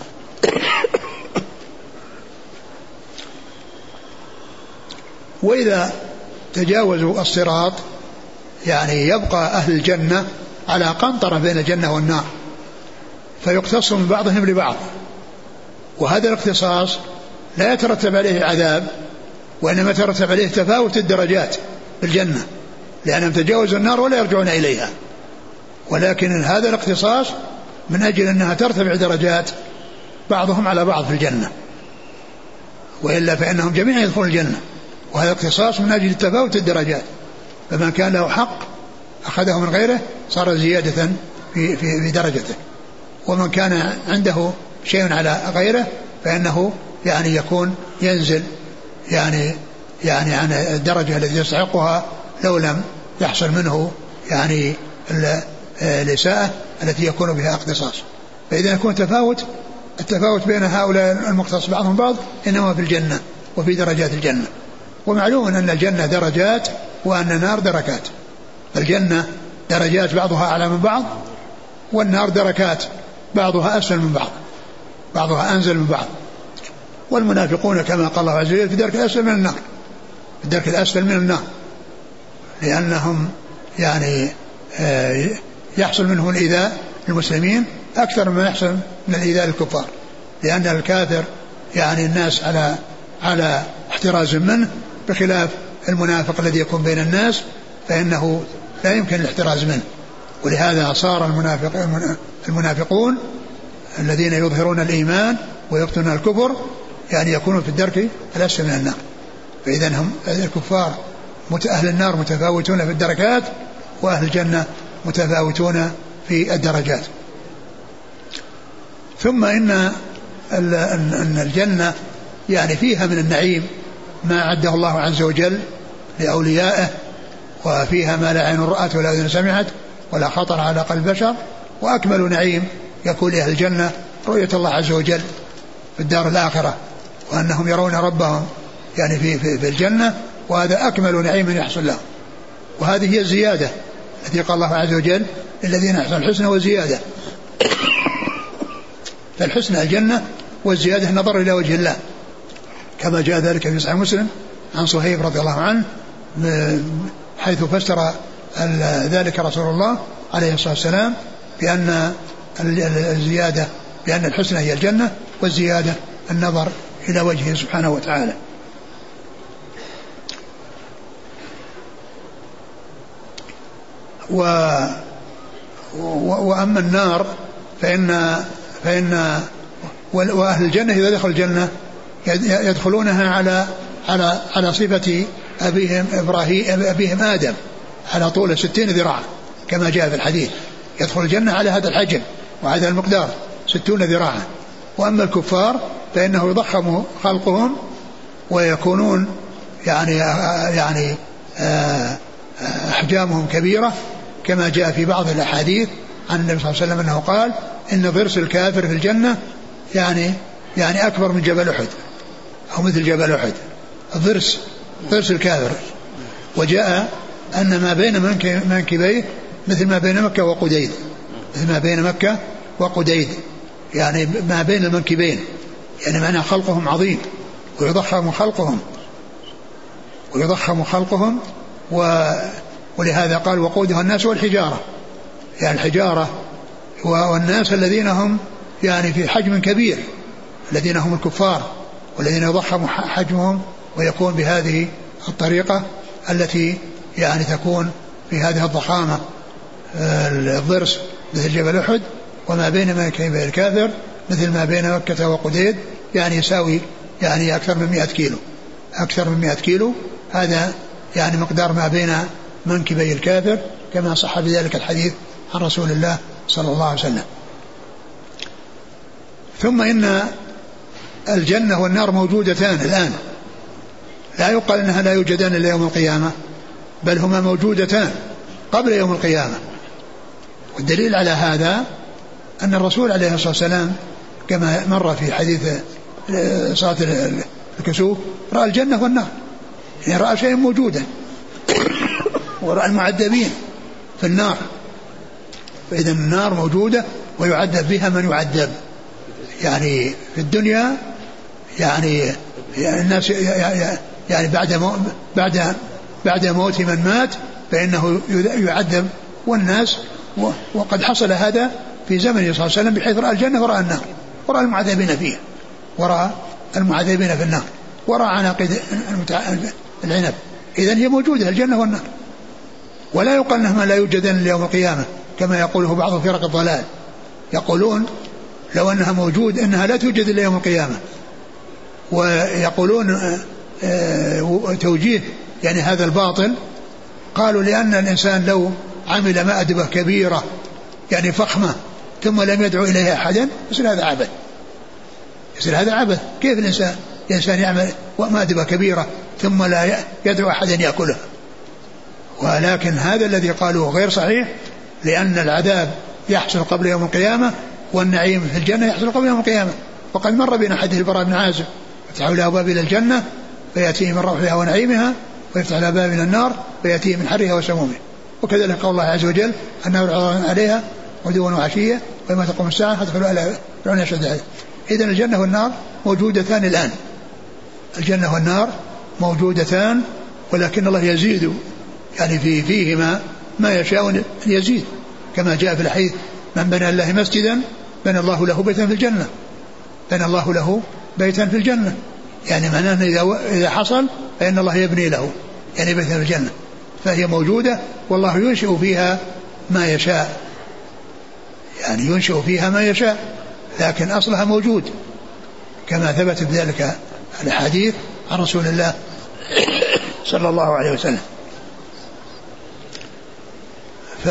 وإذا تجاوزوا الصراط يعني يبقى أهل الجنة على قنطرة بين الجنة والنار، فيقتص من بعضهم لبعض، وهذا الاقتصاص لا يترتب عليه عذاب، وإنما يترتب عليه تفاوت الدرجات في الجنة، لأنهم تجاوزوا النار ولا يرجعون إليها. ولكن هذا الاقتصاص من أجل أنها ترتفع درجات بعضهم على بعض في الجنة، وإلا فإنهم جميعا يدخلون الجنة. وهذا اقتصاص من أجل تفاوت الدرجات، فمن كان له حق أخذه من غيره صار زيادة في, في, في درجته، ومن كان عنده شيء على غيره فإنه يعني يكون ينزل يعني يعني عن الدرجة التي يستحقها لو لم يحصل منه يعني الإساءة التي يكون بها اقتصاص. فإذا يكون تفاوت التفاوت بين هؤلاء المختص بعضهم بعض إنما في الجنة وفي درجات الجنة. ومعلوم أن الجنة درجات وأن النار دركات، الجنة درجات بعضها أعلى من بعض، والنار دركات بعضها أسفل من بعض، بعضها أنزل من بعض. والمنافقون كما قال الله عز وجل في الدرك الأسفل من النار، في الدرك الأسفل من النار، لأنهم يعني يحصل منه الإيذاء للمسلمين أكثر مما يحصل من الإيذاء للكفار، لأن الكافر يعني الناس على على احتراز منه، بخلاف المنافق الذي يكون بين الناس فإنه لا يمكن الاحتراز منه. ولهذا صار المنافق المنافقون الذين يظهرون الإيمان ويبطنون الكفر يعني يكونون في الدرك الأسفل من النار. فإذا هم الكفار أهل النار متفاوتون في الدركات، وأهل الجنة متفاوتون في الدرجات. ثم إن أن الجنة يعني فيها من النعيم ما عده الله عز وجل لأوليائه، وفيها ما لا عين رأت ولا أذن سمعت ولا خطر على قلب بشر. وأكمل نعيم يكون لأهل الجنة رؤية الله عز وجل في الدار الآخرة، وأنهم يرون ربهم يعني في, في, في الجنة، وهذا أكمل نعيم يحصل لهم. وهذه هي الزيادة التي قال الله عز وجل الذين أحسنوا الحسنى وزيادة. فالحسنى الجنة، والزيادة النظر إلى وجه الله. كما جاء ذلك في صحيح مسلم عن صهيب رضي الله عنه حيث فسر ذلك رسول الله عليه الصلاة والسلام بأن الزيادة بأن الحسنى هي الجنة والزيادة النظر إلى وجهه سبحانه وتعالى. و وأما النار فإن فإن وأهل الجنة إذا دخلوا الجنة يدخلونها على على على صفة أبيهم إبراهيم أبيهم آدم على طول ستين ذراع كما جاء في الحديث، يدخل الجنة على هذا الحجم وهذا المقدار ستون ذراعا. وأما الكفار فإنه يضخم خلقهم ويكونون يعني يعني أحجامهم كبيرة كما جاء في بعض الأحاديث عن النبي صلى الله عليه وسلم أنه قال إن ضرس الكافر في الجنة يعني يعني أكبر من جبل أحد أو مثل جبل أحد، الضرس ضرس الكافر. وجاء أن ما بين منكبيه مثل ما بين مكة وقديد، مثل ما بين مكة وقديد يعني ما بين المنكبين، يعني معنى خلقهم عظيم ويضخم خلقهم ويضخم خلقهم و ولهذا قال وقودها الناس والحجارة، يعني الحجارة والناس الذين هم يعني في حجم كبير، الذين هم الكفار والذين يضخم حجمهم ويكون بهذه الطريقة التي يعني تكون في هذه الضخامة. الضرس مثل جبل أحد وما بين منكبي الكافر مثل ما بين مكة وقديد، يعني يساوي يعني أكثر من مئة كيلو، أكثر من مئة كيلو، هذا يعني مقدار ما بين منكبي الكافر كما صح بذلك الحديث عن رسول الله صلى الله عليه وسلم. ثم إن الجنة والنار موجودتان الآن، لا يقال أنها لا يوجدان إلا يوم القيامة، بل هما موجودتان قبل يوم القيامة. والدليل على هذا أن الرسول عليه الصلاة والسلام كما مر في حديث صلاة الكسوف رأى الجنة والنار، يعني رأى شيء موجودا ورأى المعذبين في النار، فإذا النار موجودة ويعذب بها من يعذب يعني في الدنيا، يعني, يعني الناس يعني بعد مو بعد بعد موت من مات فإنه يعذب والناس، وقد حصل هذا في زمنه صلى الله عليه وسلم بحيث رأى الجنة ورأى النار ورأى المعذبين فيها ورأى المعذبين في النار ورأى عناقيد العنب. إذن هي موجودة الجنة والنار، ولا يقال أنهما لا يوجدان ليوم القيامة كما يقوله بعض فرق الضلال، يقولون لو أنها موجود أنها لا توجد إلا يوم القيامة، ويقولون توجيه يعني هذا الباطل، قالوا لأن الإنسان لو عمل مأدبة كبيرة يعني فخمة ثم لم يدعو إليها أحدا يصير هذا عبث، يصير هذا عبث. كيف الإنسان الإنسان يعمل مأدبة كبيرة ثم لا يدعو أحدا يأكلها؟ ولكن هذا الذي قالوه غير صحيح، لأن العذاب يحصل قبل يوم القيامة والنعيم في الجنة يحصل قبل يوم القيامة. وقد مر بنا حديث البراء بن عازب فتحوا له أبواب إلى الجنة فيأتيه من روحها ونعيمها ويفتح له باب إلى النار فيأتيه من حرها وسمومها. وكذلك قول الله عز وجل النار عرض عليها غدوا وعشية ويوم تقوم الساعة فادخلوا أهلها فرعون أشد عذابا. إذن الجنة والنار موجودتان الآن، الجنة والنار موجودتان، ولكن الله يزيد يعني في فيهما ما يشاء أن يزيد، كما جاء في الحديث من بنى الله مسجدا بنى الله له بيتا في الجنة، بنى الله له بيتا في الجنة، يعني معناه إذا إذا حصل فإن الله يبني له يعني بيتا في الجنة. فهي موجودة والله ينشئ فيها ما يشاء، يعني ينشئ فيها ما يشاء، لكن أصلها موجود كما ثبت بذلك الحديث عن رسول الله صلى الله عليه وسلم. ف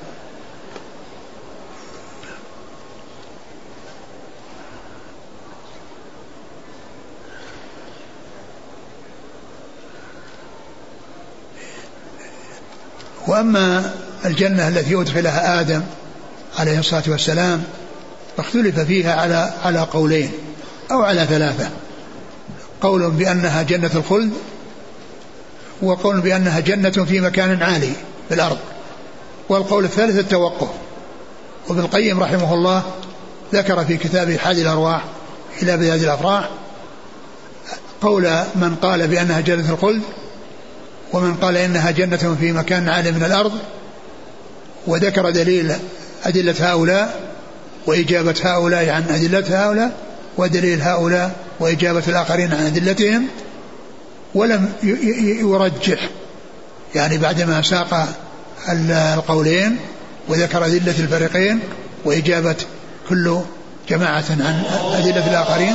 وأما الجنة التي أدخلها آدم عليه الصلاة والسلام فاختلف فيها على على قولين أو على ثلاثة، قول بأنها جنة الخلد، وقول بأنها جنة في مكان عالي في الأرض، والقول الثالث التوقف. وابن القيم رحمه الله ذكر في كتابه حادي الأرواح إلى بلاد الأفراح قول من قال بأنها جنة الخلد، ومن قال إنها جنة في مكان عالي من الأرض، وذكر دليل أدلة هؤلاء وإجابة هؤلاء عن أدلة هؤلاء، ودليل هؤلاء وإجابة الآخرين عن أدلتهم، ولم يرجح يعني بعدما ساق القولين وذكر أدلة الفريقين وإجابة كل جماعة عن أدلة الآخرين.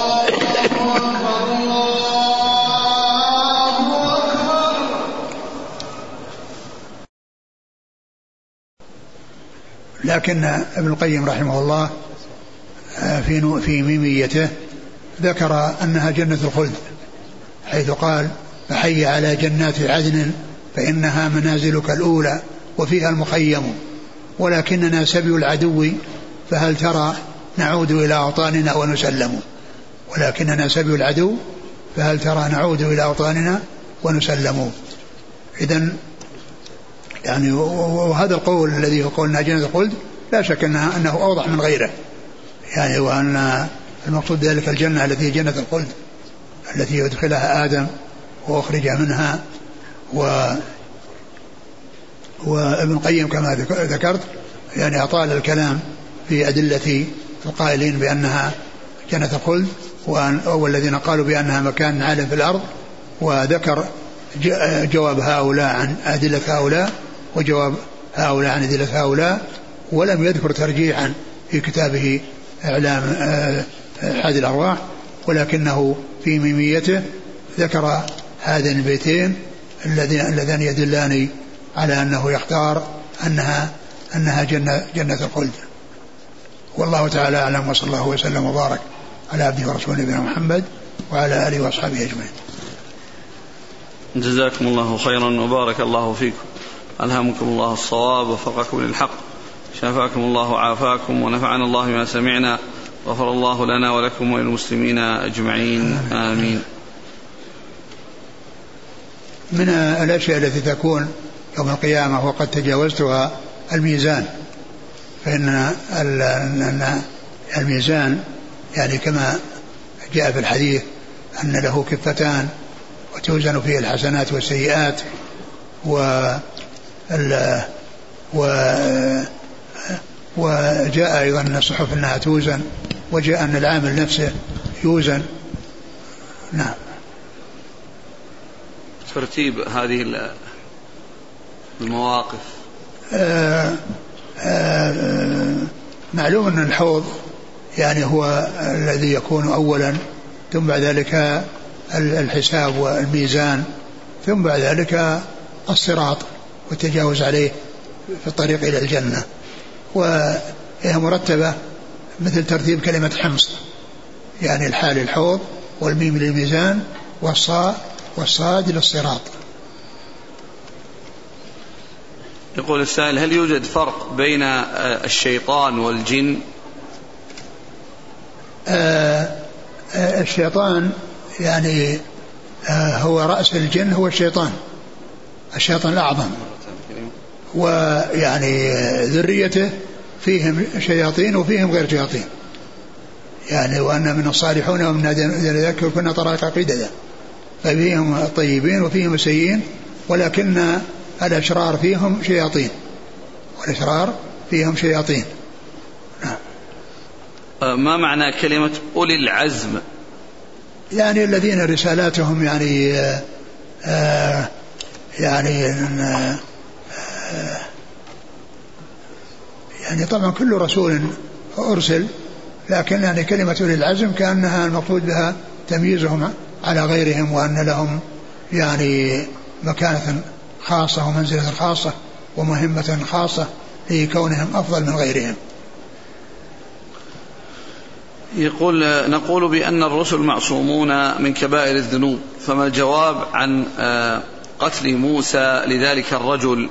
لكن ابن القيم رحمه الله في في ميميته ذكر أنها جنة الخلد، حيث قال: فحي على جنات عدن فإنها منازلك الأولى وفيها المخيم، ولكننا سبي العدو فهل ترى نعود إلى أوطاننا ونسلم. ولكننا سبي العدو فهل ترى نعود إلى أوطاننا ونسلم. إذن يعني وهذا القول الذي هو قولنا جنة الخلد لا شك أنه, أنه أوضح من غيره، يعني وأن المقصود ذلك الجنة التي جنة الخلد التي يدخلها آدم وأخرج منها. و وابن القيم كما ذكرت يعني أطال الكلام في أدلة القائلين بأنها جنة الخلد والذين قالوا بأنها مكان عالٍ في الأرض، وذكر جواب هؤلاء عن أدلة هؤلاء وجواب هؤلاء عن أدلة هؤلاء، ولم يذكر ترجيحا في كتابه إعلام حاد الأرواح، ولكنه في ميميته ذكر هذين البيتين اللذان يدلان على أنه يختار أنها أنها جنة, جنة الخلد. والله تعالى أعلم، وصلى الله وسلم وبارك على عبده ورسوله نبينا محمد وعلى آله وأصحابه أجمعين. جزاكم الله خيرا وبارك الله فيكم، ألهمكم الله الصواب ووفقكم للحق، شافاكم الله وعافاكم، ونفعنا الله بما سمعنا، غفر الله لنا ولكم وللمسلمين أجمعين، آمين. من الأشياء التي تكون يوم القيامة وقد تجاوزتها الميزان، فإن الميزان يعني كما جاء في الحديث أن له كفتان وتوزن فيه الحسنات والسيئات، و وجاء أيضا أن الصحف أنها توزن، وجاء أن العامل نفسه يوزن. نعم. ترتيب هذه المواقف آآ آآ معلوم أن الحوض يعني هو الذي يكون أولا، ثم بعد ذلك الحساب والميزان، ثم بعد ذلك الصراط والتجاوز عليه في الطريق إلى الجنة، وهي مرتبة مثل ترتيب كلمة حمص، يعني الحال الحوض والميم للميزان والصاء والصاد للصراط. يقول السائل: هل يوجد فرق بين الشيطان والجن؟ آه آه الشيطان يعني آه هو رأس الجن هو الشيطان، الشيطان الأعظم، ويعني ذريته فيهم شياطين وفيهم غير شياطين، يعني وأن من الصالحون ومن ذلك كنا طرائق قددا، ففيهم الطيبين وفيهم السيئين، ولكن الأشرار فيهم شياطين، والأشرار فيهم شياطين. نعم. ما معنى كلمة أولي العزم؟ يعني الذين رسالاتهم يعني آه يعني آه يعني طبعا كل رسول أرسل، لكن يعني كلمة أولي العزم كأنها المقصود بها تمييزهم على غيرهم، وأن لهم يعني مكانة خاصة ومنزلة خاصة ومهمة خاصة لكونهم أفضل من غيرهم. يقول: نقول بأن الرسل معصومون من كبائر الذنوب، فما الجواب عن قتل موسى لذلك الرجل؟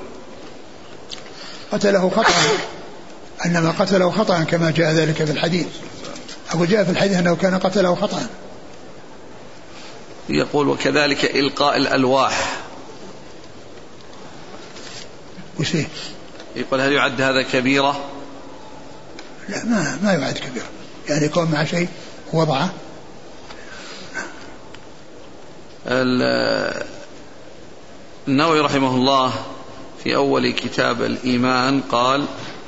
قتله خطأ، أنما قتله خطأ كما جاء ذلك في الحديث، أو جاء في الحديث أنه كان قتله خطأ. يقول: وكذلك إلقاء الألواح. وش فيه؟ يقول: هل يعد هذا كبيرة؟ لا، ما ما يعد كبيرة، يعني يكون مع شيء وضعه. النووي رحمه الله في أول كتاب الإيمان قال: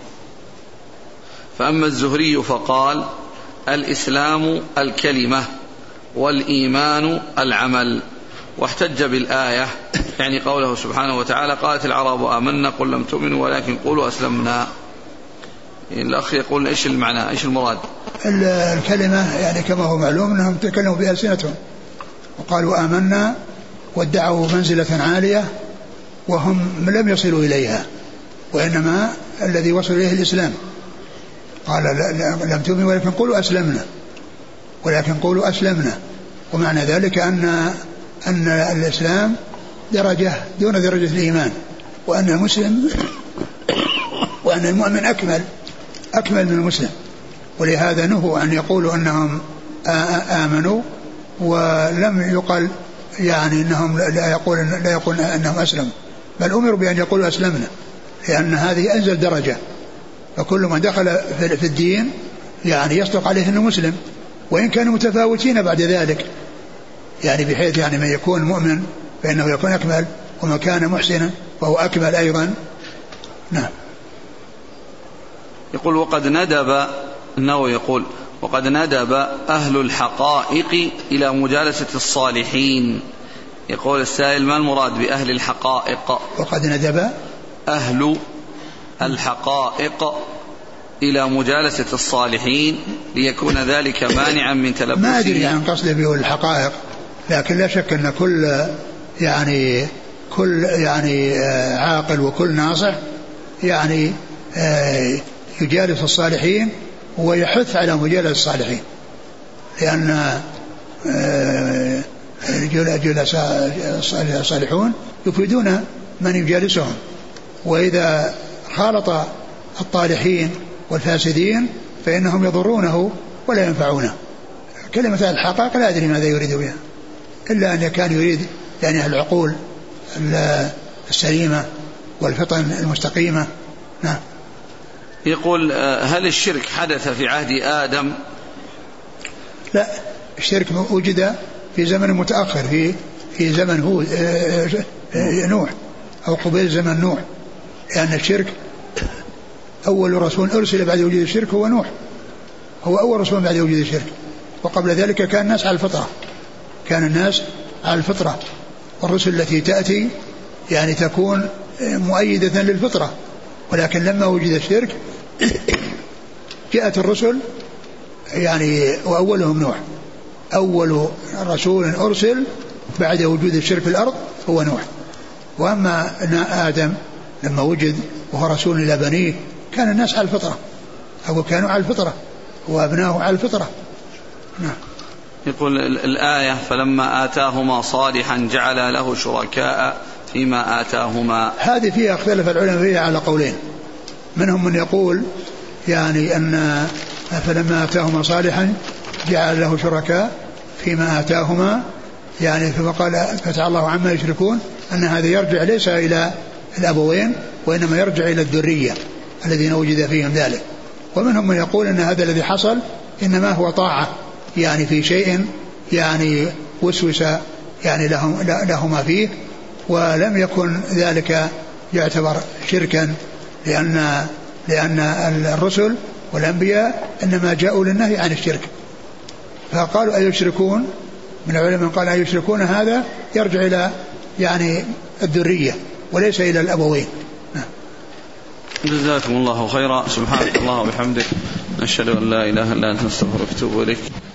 فأما الزهري فقال: الإسلام الكلمة والإيمان العمل. واحتج بالآية، يعني قوله سبحانه وتعالى: قالت العرب آمنا قل لم تؤمنوا ولكن قولوا أسلمنا. الأخ يقول: إيش المعنى، إيش المراد؟ الكلمة يعني كما هو معلوم أنهم تكلموا بألسنتهم وقالوا آمنا وادعوا منزلة عالية وهم لم يصلوا إليها، وإنما الذي وصل إليه الإسلام. قال لم تؤمنوا ولكن قولوا أسلمنا، ولكن قولوا أسلمنا، ومعنى ذلك أن أن الإسلام درجة دون درجة الإيمان، وأن المسلم وأن المؤمن أكمل أكمل من المسلم. ولهذا نهوا أن يقولوا أنهم آمنوا ولم يقل يعني أنهم لا يقول لا يقول أنهم أسلموا، بل أمروا بأن يقولوا أسلمنا، لأن هذه أنزل درجة. فكل من دخل في الدين يعني يصدق عليه أنه مسلم، وإن كانوا متفاوتين بعد ذلك، يعني بحيث يعني من يكون مؤمن فإنه يكون أكمل، وما كان محسنا فهو أكمل أيضا. نعم. يقول: وقد ندب النووي يقول وقد ندب أهل الحقائق إلى مجالسة الصالحين. يقول السائل: ما المراد بأهل الحقائق؟ وقد ندب أهل الحقائق إلى مجالسة الصالحين ليكون ذلك مانعا من تلبسه. ما أدري عن قصده بأهل الحقائق، لكن لا شك أن كل يعني كل يعني عاقل وكل ناصح يعني يجالس الصالحين ويحث على مجالسة الصالحين، لأن الجلساء الصالحون يفيدون من يجالسهم، وإذا خالط الطالحين والفاسدين فإنهم يضرونه ولا ينفعونه. كلمة الحقائق لا أدري ماذا يريد بها، إلا أن كان يريد يعني العقول السليمة والفطن المستقيمة. نعم. يقول: هل الشرك حدث في عهد آدم؟ لا، الشرك وجد في زمن متأخر، في في زمن هو نوح أو قبيل زمن نوح، لأن الشرك أول رسول أرسل بعد وجود الشرك هو نوح، هو أول رسول بعد وجود الشرك. وقبل ذلك كان الناس على الفطرة، كان الناس على الفطرة، والرسل التي تأتي يعني تكون مؤيدة للفطرة. ولكن لما وجد الشرك جاءت الرسل يعني وأولهم نوح، أول رسول أرسل بعد وجود الشرك في الأرض هو نوح. وأما آدم لما وجد وهو رسول إلى بنيه كان الناس على الفطرة، أو كانوا على الفطرة وأبناه على الفطرة. نعم. يقول الآية: فلما آتاهما صالحا جعل له شركاء فيما آتاهما. هذه فيها اختلف العلماء فيها على قولين، منهم من يقول يعني أن فلما آتاهما صالحا جعل له شركاء فيما آتاهما، يعني فقال فتعالى الله عما يشركون، أن هذا يرجع ليس إلى الأبوين وإنما يرجع إلى الذرية الذين وجد فيهم ذلك. ومنهم من يقول أن هذا الذي حصل إنما هو طاعة يعني في شيء يعني وسوس يعني لهم لهما فيه، ولم يكن ذلك يعتبر شركا، لأن لأن الرسل والأنبياء إنما جاءوا للنهي عن الشرك. فقالوا أيشركون، من العلماء قال أيشركون، هذا يرجع إلى يعني الذرية وليس إلى الأبوين. جزاكم الله خيرا. سبحانك الله وبحمدك، نشهد أن لا إله إلا أنت، نستغفرك ونتوب إليك.